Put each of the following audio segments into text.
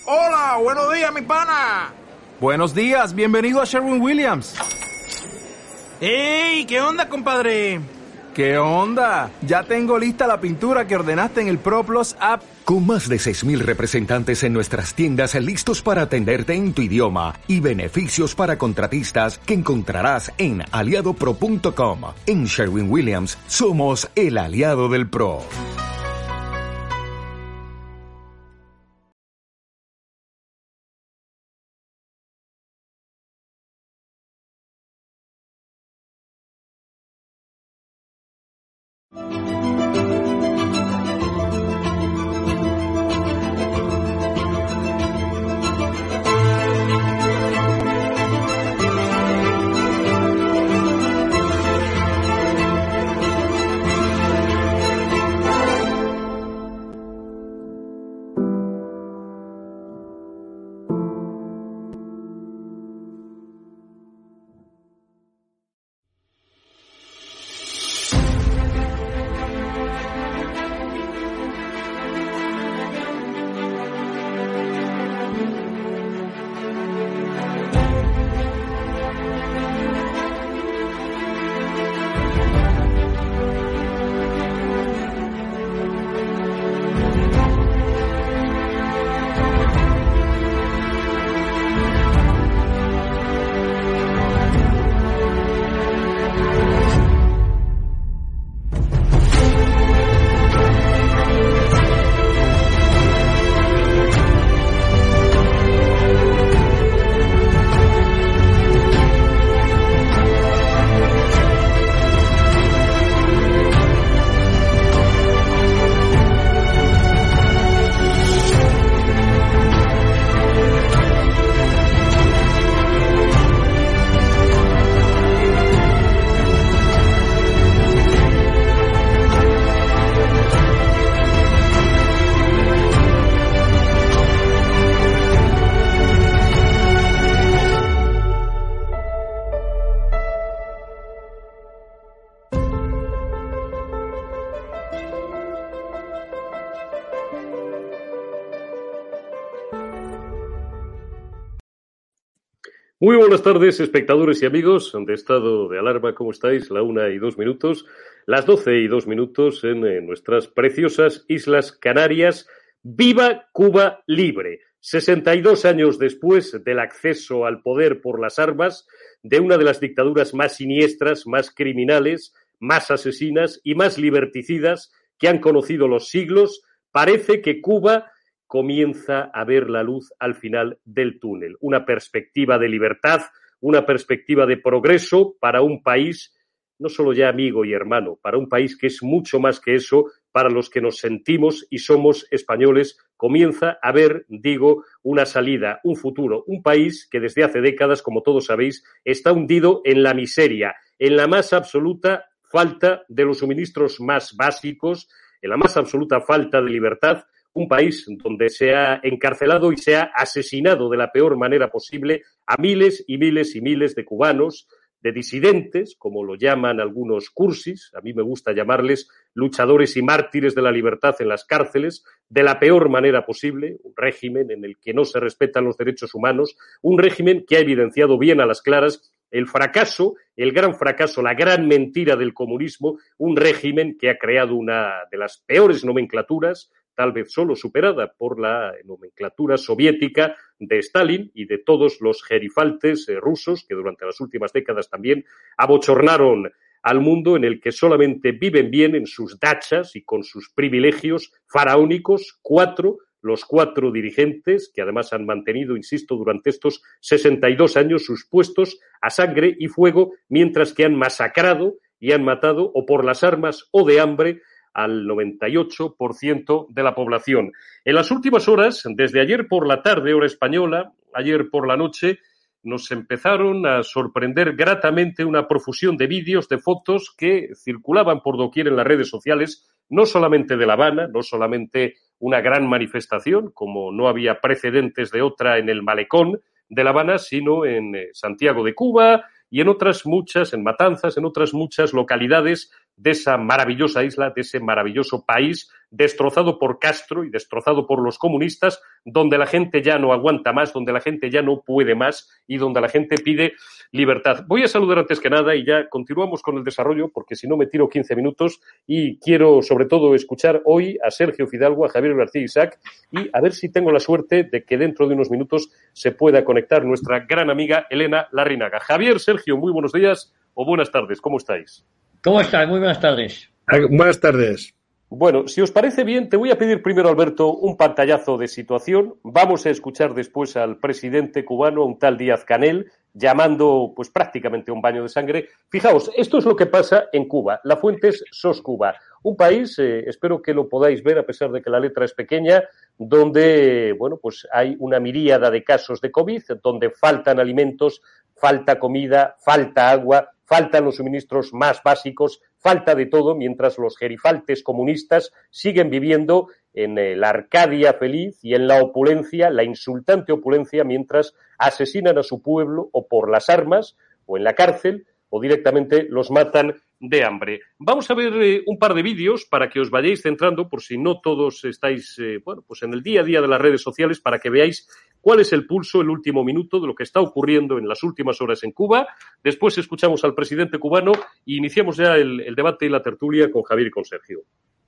Hola, buenos días, mi pana. Buenos días, bienvenido a Sherwin-Williams. ¡Ey! ¿Qué onda, compadre? ¿Qué onda? Ya tengo lista la pintura que ordenaste en el ProPlus app. Con más de 6,000 representantes en nuestras tiendas listos para atenderte en tu idioma y beneficios para contratistas que encontrarás en aliadopro.com. En Sherwin-Williams somos el aliado del pro. Muy buenas tardes, espectadores y amigos de Estado de Alarma. ¿Cómo estáis? La 1:02, las 12:02 en nuestras preciosas Islas Canarias. ¡Viva Cuba libre! 62 años después del acceso al poder por las armas de una de las dictaduras más siniestras, más criminales, más asesinas y más liberticidas que han conocido los siglos, parece que Cuba comienza a ver la luz al final del túnel. Una perspectiva de libertad, una perspectiva de progreso para un país no solo ya amigo y hermano, para un país que es mucho más que eso, para los que nos sentimos y somos españoles, comienza a ver, digo, una salida, un futuro, un país que desde hace décadas, como todos sabéis, está hundido en la miseria, en la más absoluta falta de los suministros más básicos, en la más absoluta falta de libertad. Un país donde se ha encarcelado y se ha asesinado de la peor manera posible a miles y miles y miles de cubanos, de disidentes, como lo llaman algunos cursis, a mí me gusta llamarles luchadores y mártires de la libertad en las cárceles, de la peor manera posible, un régimen en el que no se respetan los derechos humanos, un régimen que ha evidenciado bien a las claras el fracaso, el gran fracaso, la gran mentira del comunismo, un régimen que ha creado una de las peores nomenclaturas, tal vez solo superada por la nomenclatura soviética de Stalin y de todos los gerifaltes rusos que durante las últimas décadas también abochornaron al mundo, en el que solamente viven bien en sus dachas y con sus privilegios faraónicos los cuatro dirigentes que además han mantenido, insisto, durante estos 62 años sus puestos a sangre y fuego, mientras que han masacrado y han matado o por las armas o de hambre al 98% de la población. En las últimas horas, desde ayer por la tarde, hora española, ayer por la noche, nos empezaron a sorprender gratamente una profusión de vídeos, de fotos que circulaban por doquier en las redes sociales, no solamente de La Habana, no solamente una gran manifestación, como no había precedentes de otra en el malecón de La Habana, sino en Santiago de Cuba y en otras muchas, en Matanzas, en otras muchas localidades de esa maravillosa isla, de ese maravilloso país destrozado por Castro y destrozado por los comunistas, donde la gente ya no aguanta más, donde la gente ya no puede más y donde la gente pide libertad. Voy a saludar antes que nada y ya continuamos con el desarrollo, porque si no me tiro 15 minutos y quiero sobre todo escuchar hoy a Sergio Fidalgo, a Javier García Isaac y a ver si tengo la suerte de que dentro de unos minutos se pueda conectar nuestra gran amiga Elena Larrinaga. Javier, Sergio, muy buenos días o buenas tardes, ¿cómo estáis? ¿Cómo estás? Muy buenas tardes. Buenas tardes. Bueno, si os parece bien, te voy a pedir primero, Alberto, un pantallazo de situación. Vamos a escuchar después al presidente cubano, a un tal Díaz-Canel, llamando pues prácticamente un baño de sangre. Fijaos, esto es lo que pasa en Cuba. La fuente es SOS Cuba, un país, espero que lo podáis ver a pesar de que la letra es pequeña, donde bueno, pues hay una miríada de casos de COVID, donde faltan alimentos, falta comida, falta agua, faltan los suministros más básicos, falta de todo, mientras los gerifaltes comunistas siguen viviendo en la Arcadia feliz y en la opulencia, la insultante opulencia, mientras asesinan a su pueblo o por las armas o en la cárcel o directamente los matan de hambre. Vamos a ver un par de vídeos para que os vayáis centrando, por si no todos estáis bueno, pues en el día a día de las redes sociales, para que veáis cuál es el pulso, el último minuto de lo que está ocurriendo en las últimas horas en Cuba. Después escuchamos al presidente cubano y iniciamos ya el debate y la tertulia con Javier y con Sergio.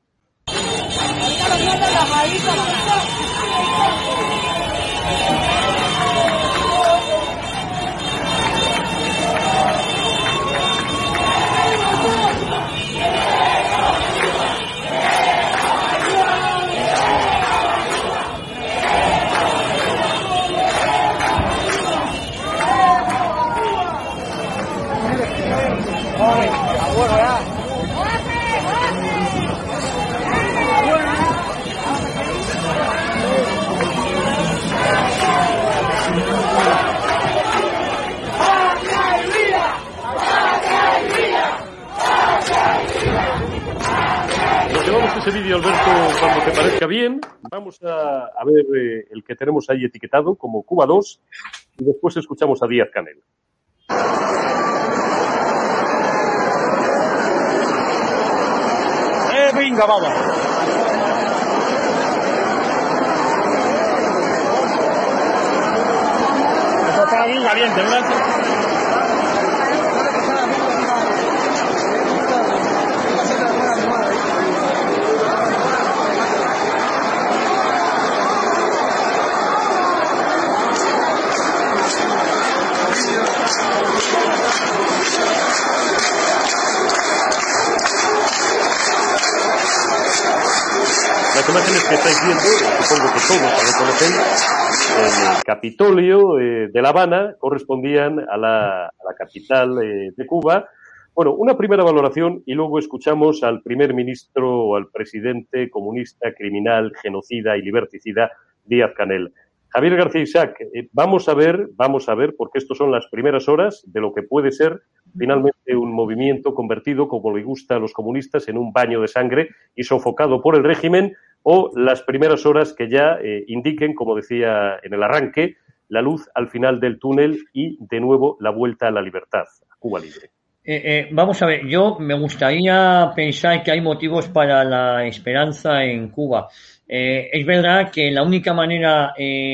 Ese vídeo, Alberto, cuando te parezca bien, vamos a ver el que tenemos ahí etiquetado como Cuba 2 y después escuchamos a Díaz-Canel. Venga, vamos. Esto está bien caliente, ¿verdad? Las imágenes que estáis viendo, supongo que todos lo conocéis, en el Capitolio de La Habana, correspondían a la capital de Cuba. Bueno, una primera valoración y luego escuchamos al primer ministro o al presidente comunista, criminal, genocida y liberticida, Díaz-Canel. Javier García Isaac, vamos a ver, porque estos son las primeras horas de lo que puede ser finalmente un movimiento convertido, como le gusta a los comunistas, en un baño de sangre y sofocado por el régimen, o las primeras horas que ya indiquen, como decía en el arranque, la luz al final del túnel y, de nuevo, la vuelta a la libertad, a Cuba libre. Vamos a ver, yo me gustaría pensar que hay motivos para la esperanza en Cuba. Es verdad que la única manera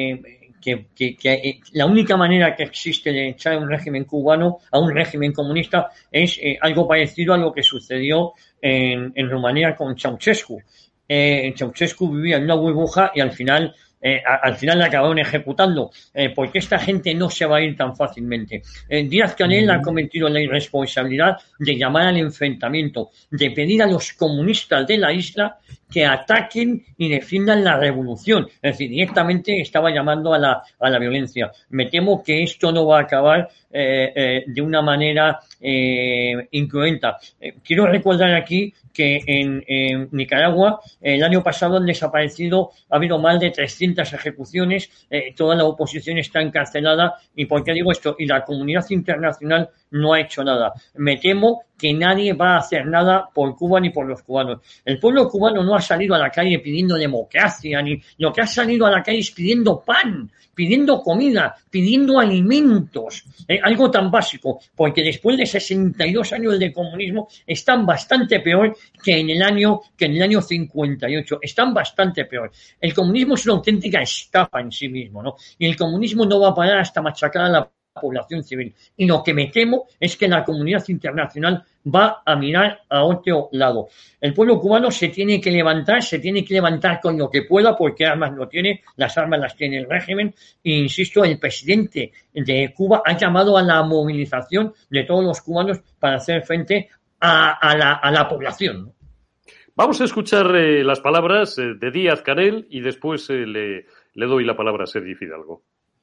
la única manera que existe de echar un régimen cubano a un régimen comunista es algo parecido a lo que sucedió en Rumanía con Ceausescu. Ceausescu vivía en una burbuja y al final la acabaron ejecutando, porque esta gente no se va a ir tan fácilmente. Díaz-Canel ha cometido la irresponsabilidad de llamar al enfrentamiento, de pedir a los comunistas de la isla que ataquen y defiendan la revolución. Es decir, directamente estaba llamando a la violencia. Me temo que esto no va a acabar de una manera incruenta. Quiero recordar aquí que en Nicaragua el año pasado ha habido más de 300 ejecuciones, toda la oposición está encarcelada. ¿Y por qué digo esto? Y la comunidad internacional no ha hecho nada. Me temo que nadie va a hacer nada por Cuba ni por los cubanos. El pueblo cubano no ha salido a la calle pidiendo democracia, ni lo que ha salido a la calle es pidiendo pan, pidiendo comida, pidiendo alimentos, algo tan básico, porque después de 62 años de comunismo están bastante peor que en el año 58, están bastante peor. El comunismo es una auténtica estafa en sí mismo, ¿no? Y el comunismo no va a parar hasta machacar a la población civil. Y lo que me temo es que la comunidad internacional va a mirar a otro lado. El pueblo cubano se tiene que levantar con lo que pueda, porque armas no tiene, las armas las tiene el régimen. E insisto, el presidente de Cuba ha llamado a la movilización de todos los cubanos para hacer frente a la población, ¿no? Vamos a escuchar las palabras de Díaz-Canel y después le doy la palabra a Sergi Fidalgo.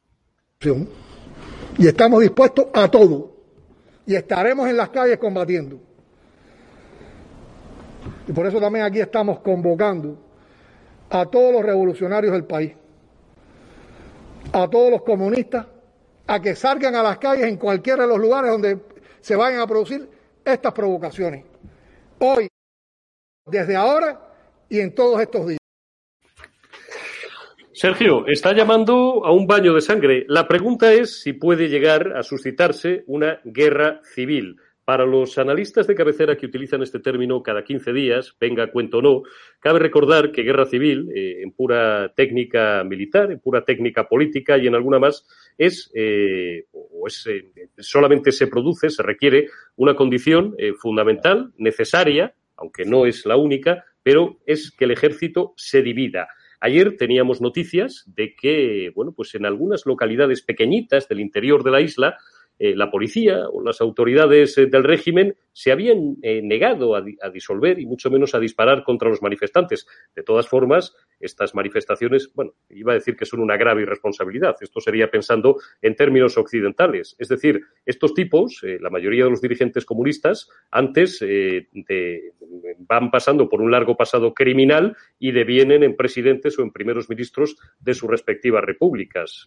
Y estamos dispuestos a todo. Y estaremos en las calles combatiendo. Y por eso también aquí estamos convocando a todos los revolucionarios del país, a todos los comunistas, a que salgan a las calles en cualquiera de los lugares donde se vayan a producir estas provocaciones. Hoy, desde ahora y en todos estos días. Sergio, está llamando a un baño de sangre. La pregunta es si puede llegar a suscitarse una guerra civil. Para los analistas de cabecera que utilizan este término cada 15 días, venga a cuento o no, cabe recordar que guerra civil, en pura técnica militar, en pura técnica política y en alguna más, solamente se produce, se requiere una condición fundamental, necesaria, aunque no es la única, pero es que el ejército se divida. Ayer teníamos noticias de que, bueno, pues en algunas localidades pequeñitas del interior de la isla, la policía o las autoridades del régimen se habían negado a disolver y mucho menos a disparar contra los manifestantes. De todas formas, estas manifestaciones, bueno, iba a decir que son una grave irresponsabilidad. Esto sería pensando en términos occidentales. Es decir, estos tipos, la mayoría de los dirigentes comunistas, antes van pasando por un largo pasado criminal y devienen en presidentes o en primeros ministros de sus respectivas repúblicas.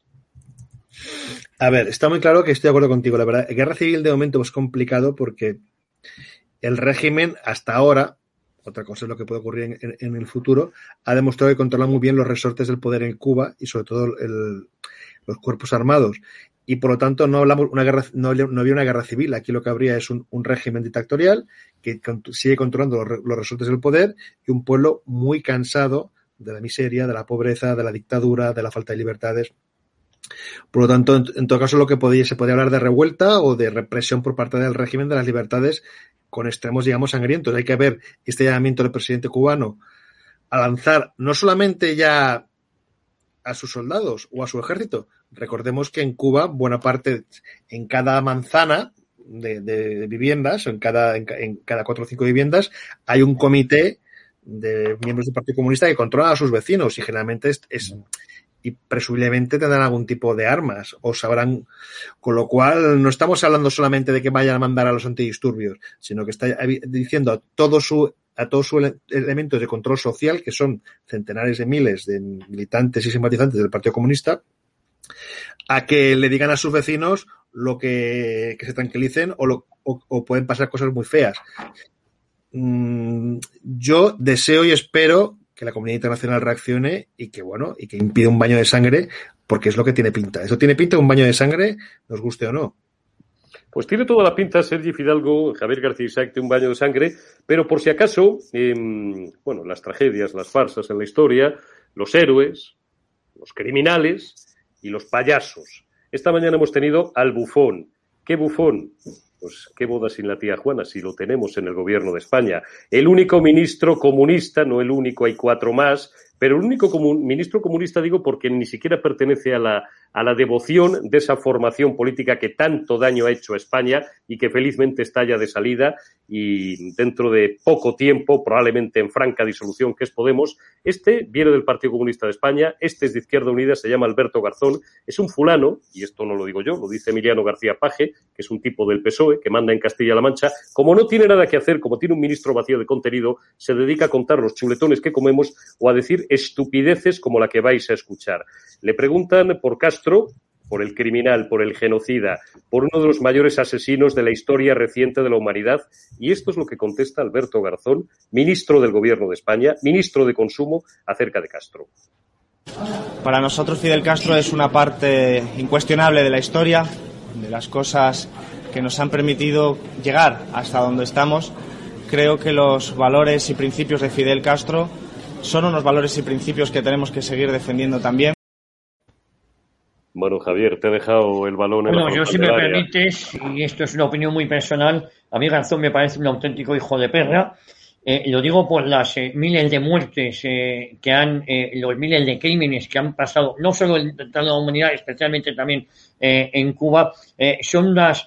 A ver, está muy claro que estoy de acuerdo contigo. La verdad, guerra civil de momento es complicado porque el régimen hasta ahora, otra cosa es lo que puede ocurrir en el futuro, ha demostrado que controla muy bien los resortes del poder en Cuba y sobre todo los cuerpos armados. Y por lo tanto no había una guerra civil. Aquí lo que habría es un régimen dictatorial que sigue controlando los resortes del poder y un pueblo muy cansado de la miseria, de la pobreza, de la dictadura, de la falta de libertades. Por lo tanto, en todo caso, se podría hablar de revuelta o de represión por parte del régimen de las libertades con extremos, digamos, sangrientos. Hay que ver este llamamiento del presidente cubano a lanzar no solamente ya a sus soldados o a su ejército. Recordemos que en Cuba, buena parte, en cada manzana de viviendas, en cada 4 o 5 viviendas, hay un comité de miembros del Partido Comunista que controlan a sus vecinos y generalmente y presumiblemente tendrán algún tipo de armas o sabrán, con lo cual no estamos hablando solamente de que vayan a mandar a los antidisturbios, sino que está diciendo a todos sus elementos de control social, que son centenares de miles de militantes y simpatizantes del Partido Comunista, a que le digan a sus vecinos lo que se tranquilicen o pueden pasar cosas muy feas. Yo deseo y espero que la comunidad internacional reaccione y que impida un baño de sangre, porque es lo que tiene pinta. Eso tiene pinta de un baño de sangre, nos guste o no. Pues tiene toda la pinta, Sergi Fidalgo, Javier García Isaac, de un baño de sangre, pero por si acaso, las tragedias, las farsas en la historia, los héroes, los criminales y los payasos. Esta mañana hemos tenido al bufón. ¿Qué bufón? Pues qué boda sin la tía Juana, si lo tenemos en el gobierno de España. El único ministro comunista, no el único, hay 4 más, pero el único ministro comunista, digo, porque ni siquiera pertenece a la devoción de esa formación política que tanto daño ha hecho a España y que felizmente está ya de salida y dentro de poco tiempo, probablemente en franca disolución, que es Podemos. Este viene del Partido Comunista de España, este es de Izquierda Unida, se llama Alberto Garzón, es un fulano, y esto no lo digo yo, lo dice Emiliano García Paje, que es un tipo del PSOE, que manda en Castilla-La Mancha. Como no tiene nada que hacer, como tiene un ministro vacío de contenido, se dedica a contar los chuletones que comemos o a decir estupideces como la que vais a escuchar. Le preguntan por Castro, por el criminal, por el genocida, por uno de los mayores asesinos de la historia reciente de la humanidad. Y esto es lo que contesta Alberto Garzón, ministro del Gobierno de España, ministro de Consumo, acerca de Castro. Para nosotros Fidel Castro es una parte incuestionable de la historia, de las cosas que nos han permitido llegar hasta donde estamos. Creo que los valores y principios de Fidel Castro son unos valores y principios que tenemos que seguir defendiendo también. Bueno, Javier, te he dejado el balón en la Bueno, yo, si me permites, y esto es una opinión muy personal, a mí Garzón me parece un auténtico hijo de perra. Lo digo por las miles de muertes los miles de crímenes que han pasado, no solo en toda la humanidad, especialmente también en Cuba. Son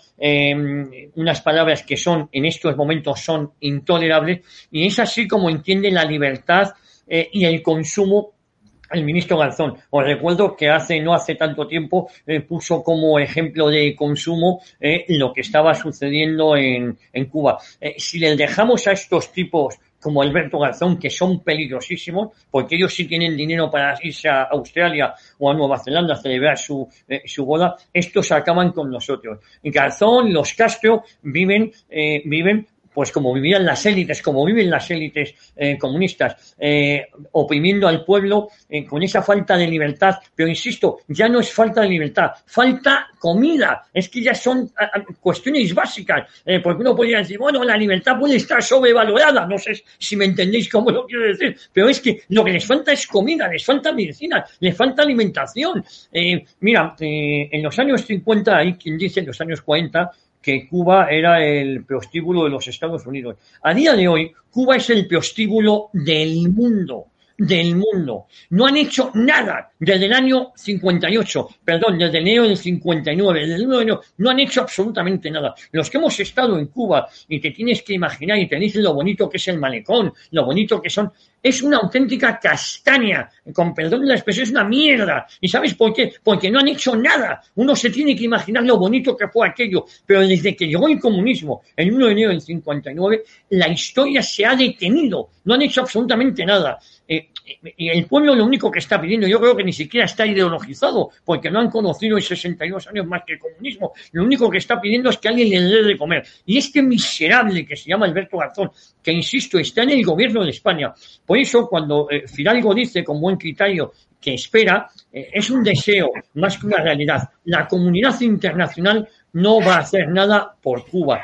unas palabras que en estos momentos son intolerables, y es así como entiende la libertad y el consumo el ministro Garzón. Os recuerdo que no hace tanto tiempo puso como ejemplo de consumo lo que estaba sucediendo en Cuba. Si les dejamos a estos tipos como Alberto Garzón, que son peligrosísimos, porque ellos sí tienen dinero para irse a Australia o a Nueva Zelanda a celebrar su boda, estos acaban con nosotros. Garzón, los Castro viven pues como vivían las élites, como viven las élites comunistas, oprimiendo al pueblo con esa falta de libertad. Pero insisto, ya no es falta de libertad, falta comida. Es que ya son cuestiones básicas, porque uno podría decir, bueno, la libertad puede estar sobrevalorada, no sé si me entendéis cómo lo quiero decir, pero es que lo que les falta es comida, les falta medicina, les falta alimentación. Mira, en los años 50, hay quien dice en los años 40, que Cuba era el prostíbulo de los Estados Unidos. A día de hoy, Cuba es el prostíbulo del mundo. No han hecho nada desde el año 58, desde enero del 59, desde el 1 de enero, no han hecho absolutamente nada. Los que hemos estado en Cuba y te tienes que imaginar y te dicen lo bonito que es el malecón, lo bonito que son, es una auténtica castaña, con perdón de la expresión, es una mierda. ¿Y sabes por qué? Porque no han hecho nada. Uno se tiene que imaginar lo bonito que fue aquello, pero desde que llegó el comunismo, el 1 de enero del 59, la historia se ha detenido, no han hecho absolutamente nada. Y el pueblo lo único que está pidiendo, yo creo que ni siquiera está ideologizado, porque no han conocido en 62 años más que el comunismo, lo único que está pidiendo es que alguien le dé de comer. Y este miserable que se llama Alberto Garzón, que insisto, está en el gobierno de España. Por eso cuando Fidalgo dice con buen criterio que espera, es un deseo más que una realidad. La comunidad internacional no va a hacer nada por Cuba,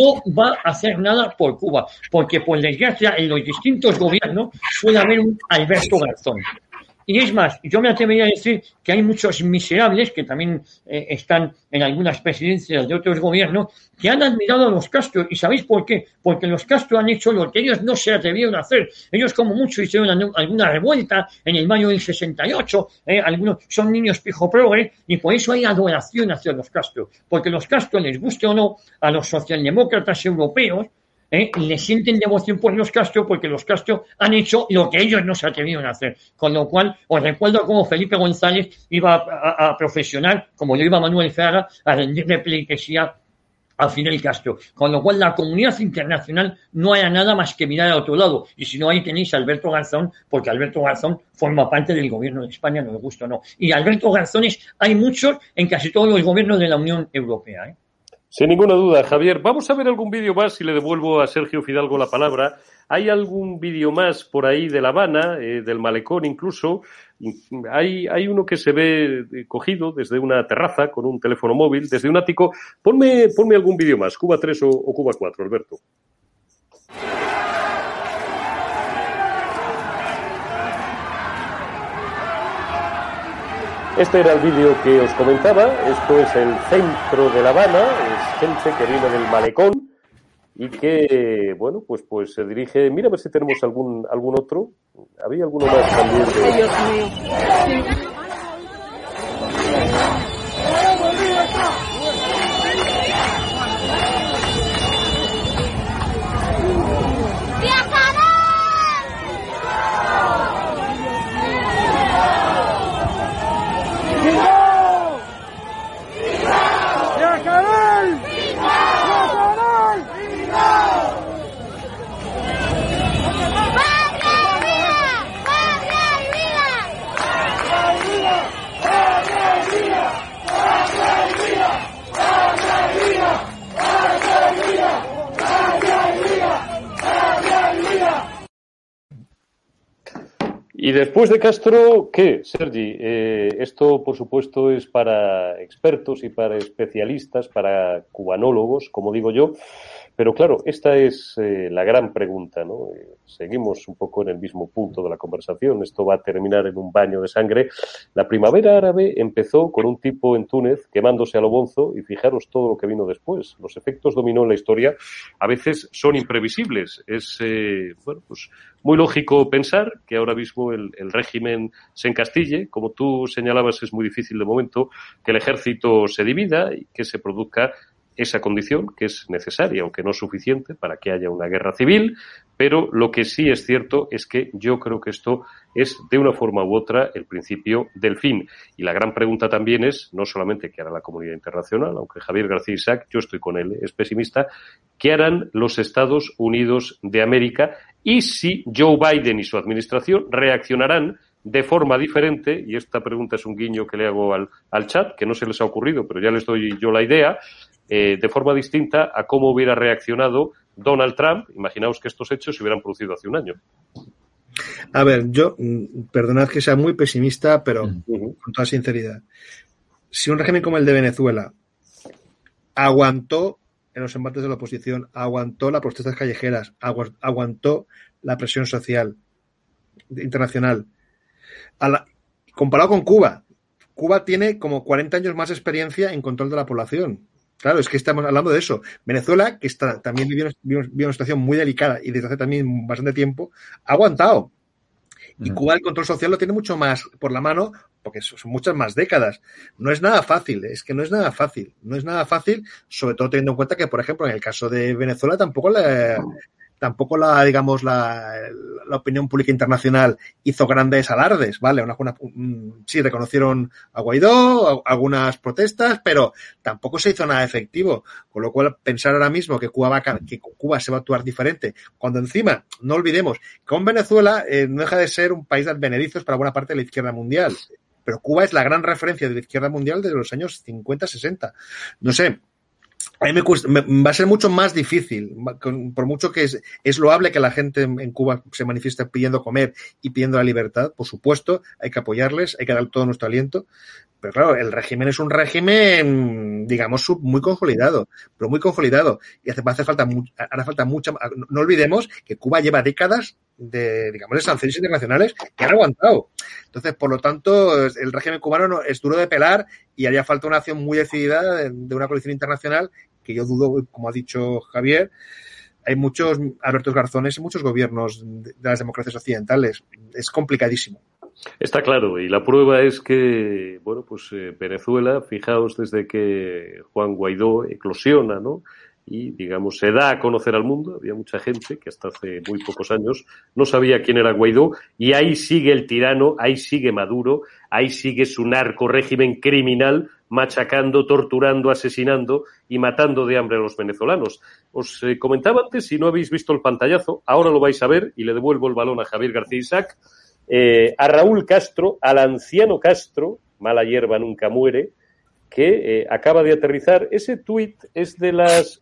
porque por desgracia en los distintos gobiernos suele haber un Alberto Garzón. Y es más, yo me atrevería a decir que hay muchos miserables que también están en algunas presidencias de otros gobiernos que han admirado a los Castro. ¿Y sabéis por qué? Porque los Castro han hecho lo que ellos no se atrevieron a hacer. Ellos como mucho hicieron alguna revuelta en el mayo del 68, algunos son niños pijo progre, y por eso hay adoración hacia los Castro. Porque los Castro, les guste o no, a los socialdemócratas europeos, le sienten devoción por los Castro, porque los Castro han hecho lo que ellos no se atrevieron a hacer. Con lo cual, os recuerdo cómo Felipe González iba a profesional, como lo iba Manuel Fraga, a rendirle pleitesía a Fidel Castro. Con lo cual, la comunidad internacional no hará nada más que mirar a otro lado. Y si no, ahí tenéis a Alberto Garzón, porque Alberto Garzón forma parte del gobierno de España, no le gusta o no. Y Alberto Garzones hay muchos en casi todos los gobiernos de la Unión Europea, Sin ninguna duda, Javier. Vamos a ver algún vídeo más y le devuelvo a Sergio Fidalgo la palabra. ¿Hay algún vídeo más por ahí de La Habana, del malecón incluso? Hay uno que se ve cogido desde una terraza con un teléfono móvil, desde un ático. Ponme algún vídeo más, Cuba 3 o Cuba 4, Alberto. Este era el vídeo que os comentaba. Esto es el centro de La Habana, es gente que viene del malecón y que, bueno, pues se dirige. Mira a ver si tenemos algún otro. Había alguno más también de... Y después de Castro, ¿qué, Sergi? Esto, por supuesto, es para expertos y para especialistas, para cubanólogos, como digo yo. Pero claro, esta es la gran pregunta, ¿no? Seguimos un poco en el mismo punto de la conversación. Esto va a terminar en un baño de sangre. La primavera árabe empezó con un tipo en Túnez quemándose a lo bonzo y fijaros todo lo que vino después. Los efectos dominó en la historia a veces son imprevisibles. Es pues muy lógico pensar que ahora mismo el régimen se encastille. Como tú señalabas, es muy difícil de momento que el ejército se divida y que se produzca esa condición que es necesaria, aunque no suficiente, para que haya una guerra civil, pero lo que sí es cierto es que yo creo que esto es, de una forma u otra, el principio del fin. Y la gran pregunta también es, no solamente qué hará la comunidad internacional, aunque Javier García Isaac, yo estoy con él, es pesimista, qué harán los Estados Unidos de América y si Joe Biden y su administración reaccionarán de forma diferente, y esta pregunta es un guiño que le hago al chat, que no se les ha ocurrido, pero ya les doy yo la idea, de forma distinta a cómo hubiera reaccionado Donald Trump. Imaginaos que estos hechos se hubieran producido hace un año. A ver, yo, perdonad que sea muy pesimista, pero con toda sinceridad, si un régimen como el de Venezuela aguantó en los embates de la oposición, aguantó las protestas callejeras, aguantó la presión social internacional, comparado con Cuba tiene como 40 años más de experiencia en control de la población. Claro, es que estamos hablando de eso. Venezuela, que también vivió una situación muy delicada y desde hace también bastante tiempo, ha aguantado. Y Cuba el control social lo tiene mucho más por la mano porque son muchas más décadas. No es nada fácil, no es nada fácil, sobre todo teniendo en cuenta que, por ejemplo, en el caso de Venezuela tampoco la opinión pública internacional hizo grandes alardes, ¿vale? Sí, reconocieron a Guaidó, algunas protestas, pero tampoco se hizo nada efectivo. Con lo cual, pensar ahora mismo que Cuba se va a actuar diferente, cuando encima, no olvidemos, que con Venezuela no deja de ser un país de advenedizos para buena parte de la izquierda mundial. Pero Cuba es la gran referencia de la izquierda mundial desde los años 50-60. No sé. A mí va a ser mucho más difícil, por mucho que es loable que la gente en Cuba se manifieste pidiendo comer y pidiendo la libertad, por supuesto, hay que apoyarles, hay que dar todo nuestro aliento, pero claro, el régimen es un régimen, digamos, muy consolidado, y hará falta mucha, no olvidemos que Cuba lleva décadas de sanciones internacionales que han aguantado. Entonces, por lo tanto, el régimen cubano es duro de pelar y haría falta una acción muy decidida de una coalición internacional que yo dudo, como ha dicho Javier, hay muchos Albertos Garzones y muchos gobiernos de las democracias occidentales. Es complicadísimo. Está claro, y la prueba es que, Venezuela, fijaos, desde que Juan Guaidó eclosiona, ¿no? Y, digamos, se da a conocer al mundo. Había mucha gente que hasta hace muy pocos años no sabía quién era Guaidó, y ahí sigue el tirano, ahí sigue Maduro, ahí sigue su narco régimen criminal, machacando, torturando, asesinando y matando de hambre a los venezolanos. Os comentaba antes, si no habéis visto el pantallazo, ahora lo vais a ver, y le devuelvo el balón a Javier García Isaac, a Raúl Castro, al anciano Castro, mala hierba nunca muere, que acaba de aterrizar. Ese tuit es de las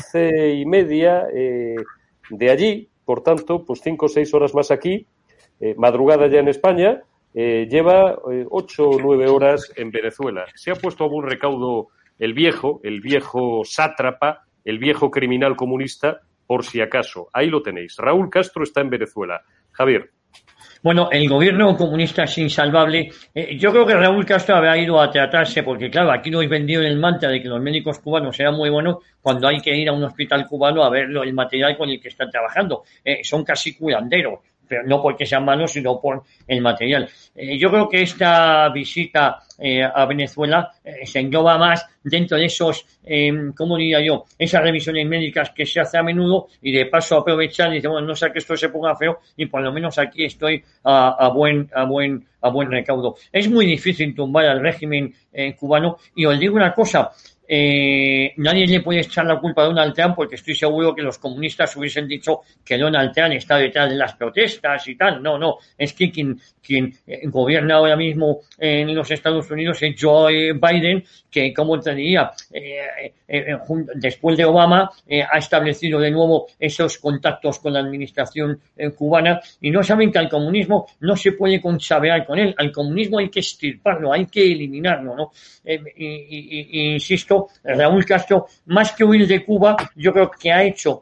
11:30 de allí, por tanto, pues 5 o 6 horas más aquí, madrugada ya en España, lleva 8 o 9 horas en Venezuela. Se ha puesto a buen recaudo el viejo sátrapa, el viejo criminal comunista, por si acaso. Ahí lo tenéis. Raúl Castro está en Venezuela. Javier. Bueno, el gobierno comunista es insalvable. Yo creo que Raúl Castro habrá ido a tratarse, porque claro, aquí nos vendieron el mantra de que los médicos cubanos eran muy buenos cuando hay que ir a un hospital cubano a ver el material con el que están trabajando. Son casi curanderos, pero no porque sean malos, sino por el material. Yo creo que esta visita a Venezuela se engloba más dentro de esos, ¿cómo diría yo? Esas revisiones médicas que se hace a menudo y de paso aprovechar y decir, bueno, no sé que esto se ponga feo y por lo menos aquí estoy a buen recaudo. Es muy difícil tumbar al régimen cubano y os digo una cosa, nadie le puede echar la culpa a Donald Trump, porque estoy seguro que los comunistas hubiesen dicho que Donald Trump está detrás de las protestas y tal. No, es que quien gobierna ahora mismo en los Estados Unidos es Joe Biden, que, como te diría, después de Obama ha establecido de nuevo esos contactos con la administración cubana, y no saben que al comunismo no se puede conchavear con él. Al comunismo hay que extirparlo, hay que eliminarlo, ¿no? Insisto, Raúl Castro, más que huir de Cuba, yo creo que ha hecho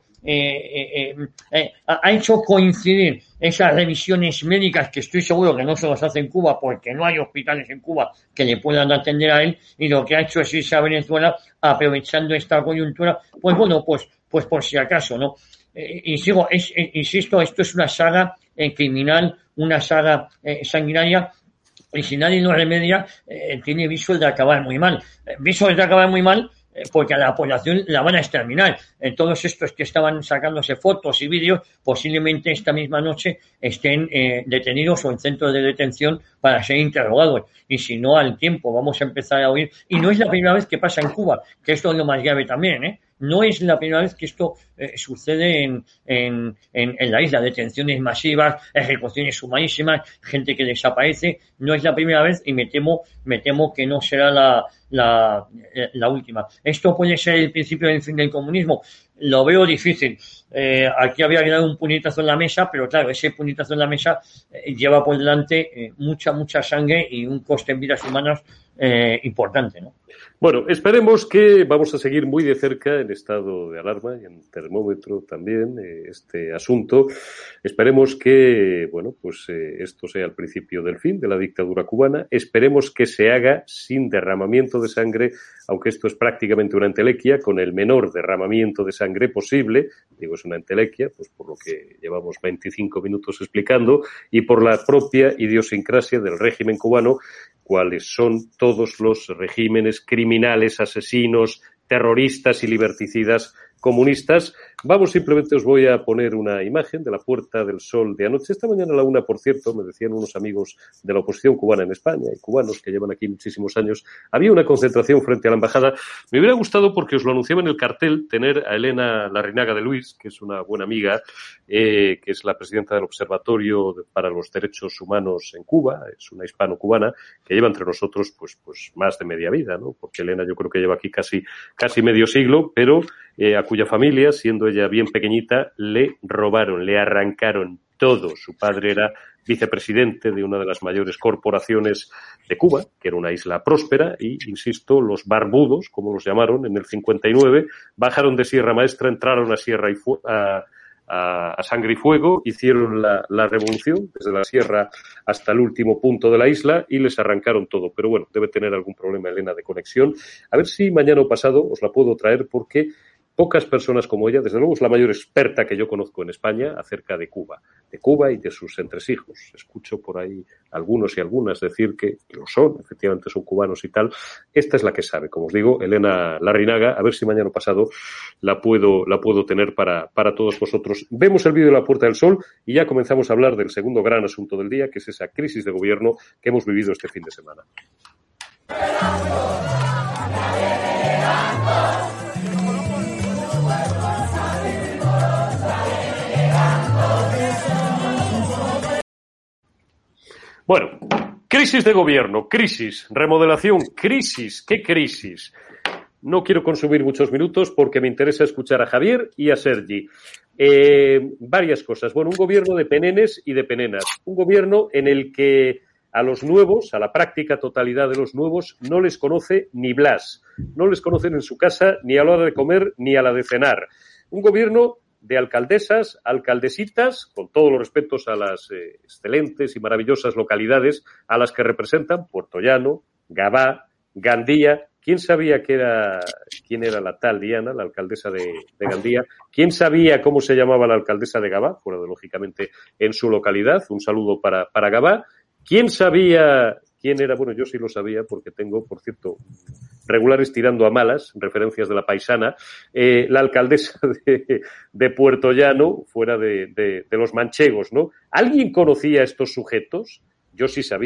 coincidir esas revisiones médicas, que estoy seguro que no se las hace en Cuba porque no hay hospitales en Cuba que le puedan atender a él, y lo que ha hecho es irse a Venezuela aprovechando esta coyuntura, pues bueno, pues por si acaso, ¿no? Insisto, esto es una saga criminal, una saga sanguinaria, y si nadie lo remedia, tiene visos de acabar muy mal. Porque a la población la van a exterminar. Todos estos que estaban sacándose fotos y vídeos, posiblemente esta misma noche estén detenidos o en centros de detención para ser interrogados. Y si no, al tiempo vamos a empezar a oír. Y no es la primera vez que pasa en Cuba, que esto es lo más grave también, ¿eh? No es la primera vez que esto sucede en la isla. Detenciones masivas, ejecuciones humanísimas, gente que desaparece. No es la primera vez, y me temo que no será la última. ¿Esto puede ser el principio del fin del comunismo? Lo veo difícil. Aquí había quedado un puñetazo en la mesa, pero claro, ese puñetazo en la mesa lleva por delante mucha sangre y un coste en vidas humanas importante, ¿no? Bueno, esperemos que vamos a seguir muy de cerca en estado de alarma y en termómetro también este asunto. Esperemos que, bueno, pues esto sea el principio del fin de la dictadura cubana. Esperemos que se haga sin derramamiento de sangre, aunque esto es prácticamente una entelequia, con el menor derramamiento de sangre posible. Digo, es una entelequia, pues por lo que llevamos 25 minutos explicando, y por la propia idiosincrasia del régimen cubano, cuáles son todos los regímenes criminales, asesinos, terroristas y liberticidas comunistas. Vamos, simplemente os voy a poner una imagen de la Puerta del Sol de anoche. Esta mañana a la 1, por cierto, me decían unos amigos de la oposición cubana en España, y cubanos que llevan aquí muchísimos años, había una concentración frente a la embajada. Me hubiera gustado, porque os lo anunciaba en el cartel, tener a Elena Larrinaga de Luis, que es una buena amiga, que es la presidenta del Observatorio para los Derechos Humanos en Cuba, es una hispano-cubana que lleva entre nosotros pues más de media vida, ¿no? Porque Elena yo creo que lleva aquí casi medio siglo, pero a cuya familia, siendo ella bien pequeñita, le robaron, le arrancaron todo. Su padre era vicepresidente de una de las mayores corporaciones de Cuba, que era una isla próspera, y, insisto, los barbudos, como los llamaron, en el 59, bajaron de Sierra Maestra, entraron a Sierra y a Sangre y Fuego, hicieron la revolución desde la sierra hasta el último punto de la isla y les arrancaron todo. Pero bueno, debe tener algún problema Elena de conexión. A ver si mañana o pasado os la puedo traer, porque pocas personas como ella, desde luego es la mayor experta que yo conozco en España acerca de Cuba y de sus entresijos. Escucho por ahí algunos y algunas decir que lo son, efectivamente son cubanos y tal. Esta es la que sabe, como os digo, Elena Larrinaga. A ver si mañana o pasado la puedo tener para todos vosotros. Vemos el vídeo de la Puerta del Sol y ya comenzamos a hablar del segundo gran asunto del día, que es esa crisis de gobierno que hemos vivido este fin de semana. Bueno, crisis de gobierno, crisis, remodelación, crisis. ¿Qué crisis? No quiero consumir muchos minutos porque me interesa escuchar a Javier y a Sergi. Varias cosas. Bueno, un gobierno de penenes y de penenas. Un gobierno en el que a los nuevos, a la práctica totalidad de los nuevos, no les conoce ni Blas. No les conocen en su casa ni a la hora de comer ni a la de cenar. Un gobierno de alcaldesas, alcaldesitas, con todos los respetos a las excelentes y maravillosas localidades a las que representan, Puerto Llano, Gabá, Gandía. ¿Quién sabía quién era la tal Diana, la alcaldesa de Gandía? ¿Quién sabía cómo se llamaba la alcaldesa de Gabá? Fuera de, lógicamente, en su localidad. Un saludo para Gabá. ¿Quién sabía quién era? Bueno, yo sí lo sabía porque tengo, por cierto, regulares tirando a malas, referencias de La Paisana, la alcaldesa de Puerto Llano, fuera de los manchegos, ¿no? ¿Alguien conocía a estos sujetos? Yo sí sabía.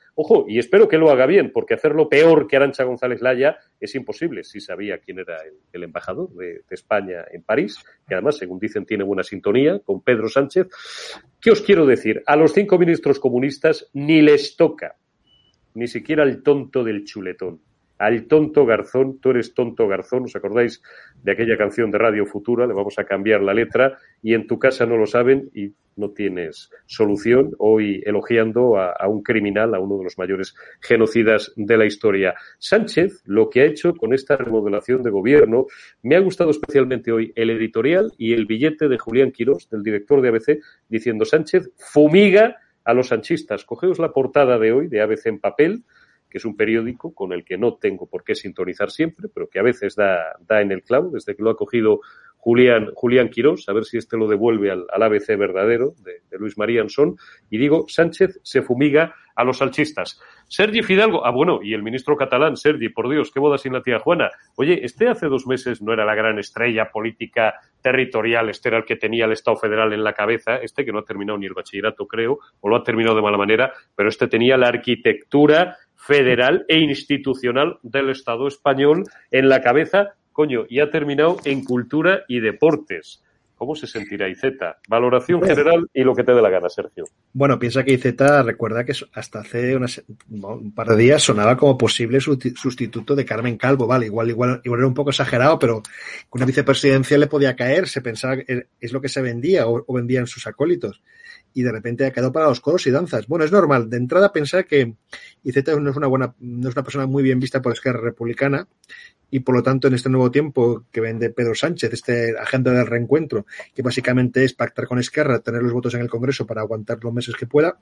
Ojo, y espero que lo haga bien, porque hacerlo peor que Arantxa González Laya es imposible. Sí sabía quién era el embajador de España en París, que además, según dicen, tiene buena sintonía con Pedro Sánchez. ¿Qué os quiero decir? A los 5 ministros comunistas ni les toca, ni siquiera al tonto del chuletón. Al tonto Garzón, tú eres tonto Garzón, ¿os acordáis de aquella canción de Radio Futura? Le vamos a cambiar la letra y en tu casa no lo saben y no tienes solución. Hoy elogiando a un criminal, a uno de los mayores genocidas de la historia. Sánchez, lo que ha hecho con esta remodelación de gobierno, me ha gustado especialmente hoy el editorial y el billete de Julián Quirós, del director de ABC, diciendo Sánchez fumiga a los sanchistas. Cogeos la portada de hoy de ABC en papel, que es un periódico con el que no tengo por qué sintonizar siempre, pero que a veces da en el clavo, desde que lo ha cogido Julián Quirós, a ver si lo devuelve al ABC verdadero de Luis María Ansón, y digo, Sánchez se fumiga a los sanchistas. Sergi Fidalgo, bueno, y el ministro catalán, Sergi, por Dios, qué boda sin la tía Juana. Oye, hace 2 meses no era la gran estrella política territorial, era el que tenía el Estado federal en la cabeza, que no ha terminado ni el bachillerato, creo, o lo ha terminado de mala manera, pero tenía la arquitectura federal e institucional del Estado español en la cabeza, coño, y ha terminado en cultura y deportes. ¿Cómo se sentirá Iceta? Valoración general y lo que te dé la gana, Sergio. Bueno, piensa que Iceta recuerda que hasta hace un par de días sonaba como posible sustituto de Carmen Calvo, vale, igual era un poco exagerado, pero una vicepresidencia le podía caer, se pensaba que es lo que se vendía o vendían sus acólitos. Y de repente ha quedado para los coros y danzas. Bueno, es normal. De entrada pensar que Iceta no es una persona muy bien vista por Esquerra Republicana y por lo tanto en este nuevo tiempo que vende Pedro Sánchez, agenda del reencuentro, que básicamente es pactar con Esquerra, tener los votos en el Congreso para aguantar los meses que pueda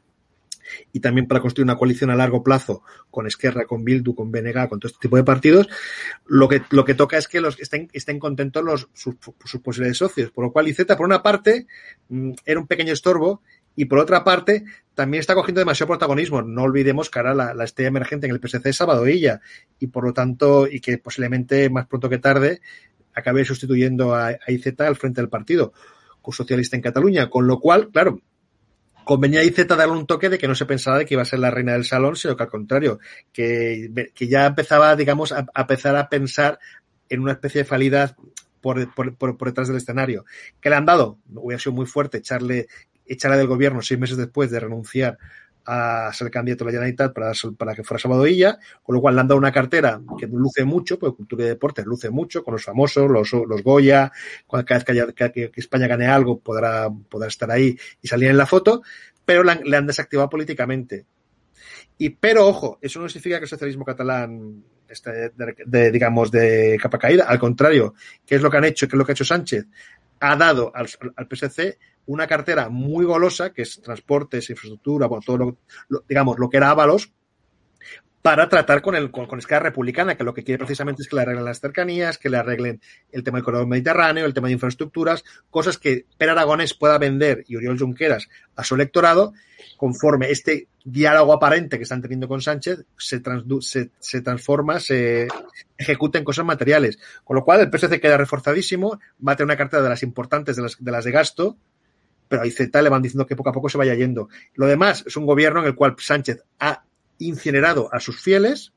y también para construir una coalición a largo plazo con Esquerra, con Bildu, con BNG, con todo este tipo de partidos, lo que toca es que estén contentos sus posibles socios. Por lo cual Iceta, por una parte, era un pequeño estorbo y por otra parte, también está cogiendo demasiado protagonismo. No olvidemos que ahora la estrella emergente en el PSC es Salvadorilla y por lo tanto, y que posiblemente más pronto que tarde acabe sustituyendo a Iceta al frente del partido, con socialista en Cataluña. Con lo cual, claro, convenía a Iceta darle un toque de que no se pensaba de que iba a ser la reina del salón, sino que al contrario, que ya empezaba, digamos, a empezar a pensar en una especie de falidad por detrás del escenario. ¿Qué le han dado? Hubiera sido muy fuerte echarla del gobierno 6 meses después de renunciar a ser candidato a la Generalitat para que fuera Salvadorilla, con lo cual le han dado una cartera que luce mucho, porque cultura y deportes luce mucho, con los famosos, los Goya, cada vez que España gane algo podrá estar ahí y salir en la foto, pero le han desactivado políticamente. Pero, ojo, eso no significa que el socialismo catalán esté, digamos, de capa caída. Al contrario, ¿qué es lo que han hecho? ¿Qué es lo que ha hecho Sánchez? Ha dado al PSC una cartera muy golosa, que es transportes, infraestructura, bueno, todo lo que era Ábalos, para tratar con Esquerra Republicana, que lo que quiere precisamente es que le arreglen las cercanías, que le arreglen el tema del corredor mediterráneo, el tema de infraestructuras, cosas que Per Aragonés pueda vender y Oriol Junqueras a su electorado, conforme este diálogo aparente que están teniendo con Sánchez se transforma, se ejecuta en cosas materiales. Con lo cual el PSC queda reforzadísimo, va a tener una cartera de las importantes, de las de gasto, pero a Iceta le van diciendo que poco a poco se vaya yendo. Lo demás es un gobierno en el cual Sánchez ha incinerado a sus fieles.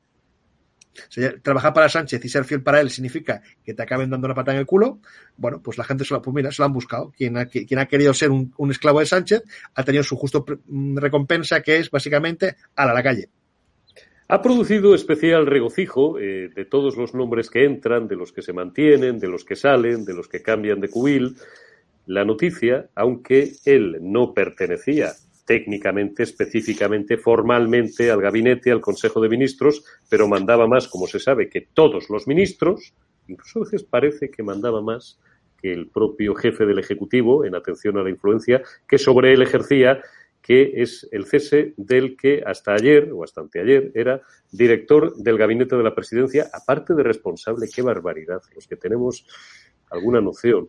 O sea, trabajar para Sánchez y ser fiel para él significa que te acaben dando una pata en el culo. Bueno, pues la gente se lo han buscado. Quien ha querido ser un esclavo de Sánchez ha tenido su justo recompensa, que es básicamente a la calle. Ha producido especial regocijo de todos los nombres que entran, de los que se mantienen, de los que salen, de los que cambian de cubil. La noticia, aunque él no pertenecía técnicamente, específicamente, formalmente al gabinete, al Consejo de Ministros, pero mandaba más, como se sabe, que todos los ministros, incluso a veces parece que mandaba más que el propio jefe del Ejecutivo, en atención a la influencia que sobre él ejercía, que es el cese del que hasta ayer, o hasta anteayer, era director del gabinete de la presidencia, aparte de responsable. ¡Qué barbaridad! Los que tenemos alguna noción,